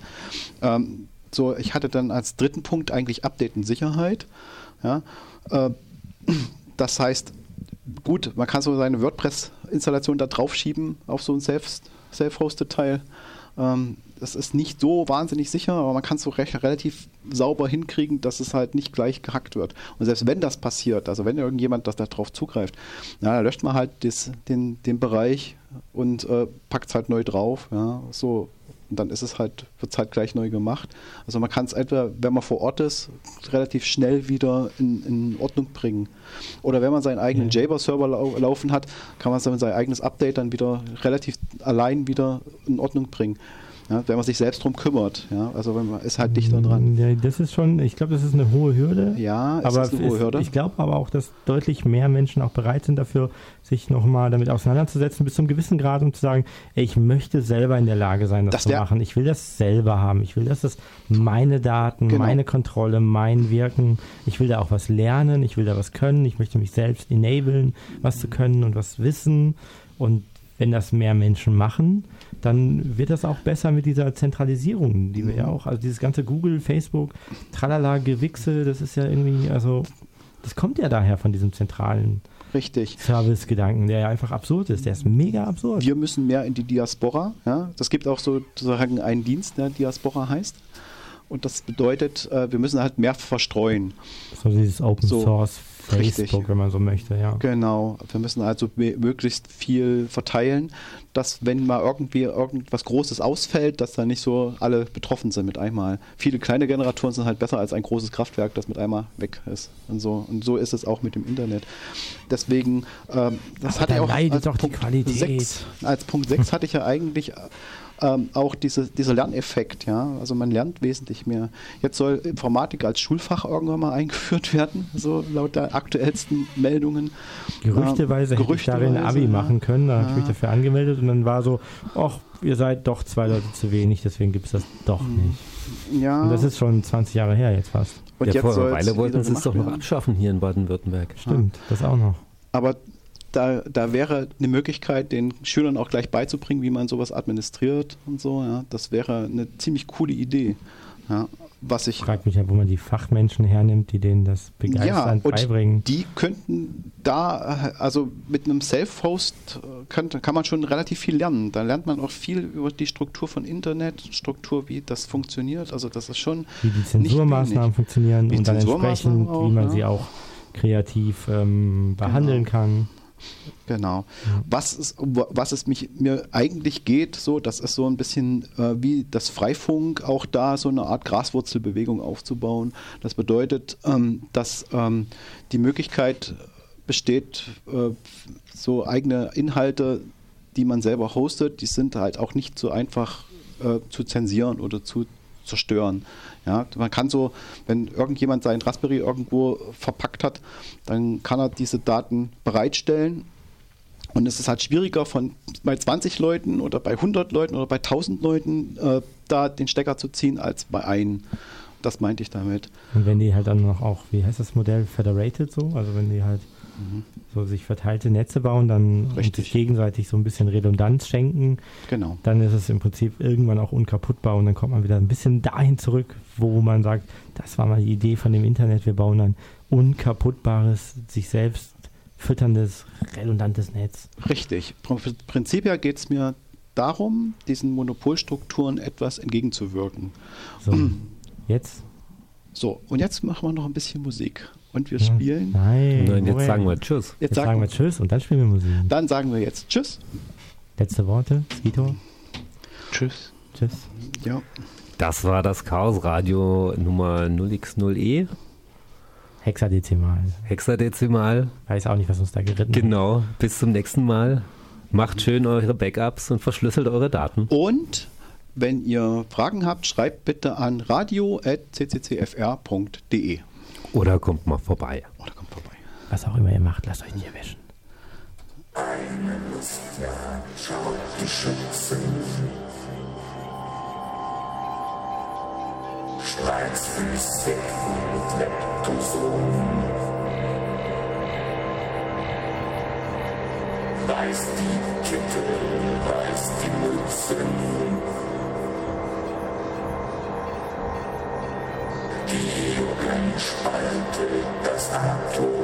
Ich hatte dann als dritten Punkt eigentlich Update und Sicherheit. Ja, das heißt, gut, man kann so seine WordPress-Installation da drauf schieben auf so ein Self-Hosted-Teil. Das ist nicht so wahnsinnig sicher, aber man kann es so relativ sauber hinkriegen, dass es halt nicht gleich gehackt wird. Und selbst wenn das passiert, also wenn irgendjemand da drauf zugreift, dann löscht man halt den Bereich und packt es halt neu drauf. Ja, so. Und dann wird es halt gleich neu gemacht. Also man kann es etwa, wenn man vor Ort ist, relativ schnell wieder in Ordnung bringen. Oder wenn man seinen eigenen Java-Server laufen hat, kann man sein eigenes Update dann wieder relativ allein wieder in Ordnung bringen. Ja, wenn man sich selbst drum kümmert. Ja, also wenn man ist halt dichter dran. Ja, das ist schon, ich glaube, das ist eine hohe Hürde. Ja, aber ist eine hohe Hürde. Ich glaube aber auch, dass deutlich mehr Menschen auch bereit sind dafür, sich nochmal damit auseinanderzusetzen, bis zu einem gewissen Grad, um zu sagen, ey, ich möchte selber in der Lage sein, das zu machen. Ich will das selber haben. Ich will, dass das meine Daten, meine Kontrolle, mein Wirken, ich will da auch was lernen, ich will da was können, ich möchte mich selbst enablen, was zu können und was wissen. Und wenn das mehr Menschen machen, dann wird das auch besser mit dieser Zentralisierung, die wir ja auch, also dieses ganze Google, Facebook, Tralala, Gewichse, das ist ja irgendwie, also das kommt ja daher von diesem zentralen Service-Gedanken, der ja einfach absurd ist, der ist mega absurd. Wir müssen mehr in die Diaspora, ja, das gibt auch sozusagen einen Dienst, der Diaspora heißt. Und das bedeutet, wir müssen halt mehr verstreuen. So dieses Open Source Facebook, richtig, wenn man so möchte, ja. Genau, wir müssen also möglichst viel verteilen, dass wenn mal irgendwie irgendwas Großes ausfällt, dass da nicht so alle betroffen sind mit einmal. Viele kleine Generatoren sind halt besser als ein großes Kraftwerk, das mit einmal weg ist und so. Und so ist es auch mit dem Internet. Deswegen, das hatte ich auch als Punkt 6. Als Punkt 6 hatte ich ja eigentlich auch dieser Lerneffekt, ja. Also man lernt wesentlich mehr. Jetzt soll Informatik als Schulfach irgendwann mal eingeführt werden, so laut der aktuellsten Meldungen. Gerüchteweise hätte ich darin Abi machen können, da habe ich mich dafür angemeldet und dann war so, ach, ihr seid doch 2 Leute zu wenig, deswegen gibt es das doch nicht. Ja. Und das ist schon 20 Jahre her jetzt fast. Und jetzt vor einer Weile wollten sie es doch noch abschaffen hier in Baden-Württemberg. Stimmt, das auch noch. Aber da wäre eine Möglichkeit, den Schülern auch gleich beizubringen, wie man sowas administriert und so. Ja. Das wäre eine ziemlich coole Idee. Ja. Ich frage mich ja, wo man die Fachmenschen hernimmt, die denen das begeisternd beibringen. Die könnten da, also mit einem Self-Host kann man schon relativ viel lernen. Da lernt man auch viel über die Struktur von Internet, Struktur, wie das funktioniert. Also das ist schon wie die Zensurmaßnahmen funktionieren und dann entsprechend, wie man sie auch kreativ behandeln kann. Genau. Was es mir eigentlich geht, so, das ist so ein bisschen wie das Freifunk, auch da so eine Art Graswurzelbewegung aufzubauen. Das bedeutet, dass die Möglichkeit besteht, so eigene Inhalte, die man selber hostet, die sind halt auch nicht so einfach zu zensieren oder zu zerstören. Ja, man kann so, wenn irgendjemand seinen Raspberry irgendwo verpackt hat, dann kann er diese Daten bereitstellen. Und es ist halt schwieriger, bei 20 Leuten oder bei 100 Leuten oder bei 1000 Leuten da den Stecker zu ziehen, als bei einem. Das meinte ich damit. Und wenn die halt dann noch auch, wie heißt das Modell, federated so? Also wenn die halt so sich verteilte Netze bauen, dann und sich gegenseitig so ein bisschen Redundanz schenken, genau, dann ist es im Prinzip irgendwann auch unkaputtbar und dann kommt man wieder ein bisschen dahin zurück, wo man sagt, das war mal die Idee von dem Internet, wir bauen ein unkaputtbares, sich selbst fütterndes, redundantes Netz. Richtig. Prinzipiell geht es mir darum, diesen Monopolstrukturen etwas entgegenzuwirken. So, jetzt? So, und jetzt machen wir noch ein bisschen Musik. Und wir spielen. Nein, jetzt sagen wir Tschüss. Jetzt sagen wir Tschüss und dann spielen wir Musik. Dann sagen wir jetzt Tschüss. Letzte Worte, Skito. Tschüss. Tschüss. Ja. Das war das Chaos Radio Nummer 0x0e. Hexadezimal. Weiß auch nicht, was uns da geritten hat. Genau. Bis zum nächsten Mal. Macht schön eure Backups und verschlüsselt eure Daten. Und wenn ihr Fragen habt, schreibt bitte an radio@cccfr.de. Oder kommt mal vorbei. Was auch immer ihr macht, lasst euch nicht erwischen. Eine Lustjagd schaut die Schützen. Streitfüßig mit Leptoson. Weiß die Kittel, weiß die Mützen. Die Jugend spaltet das Atom.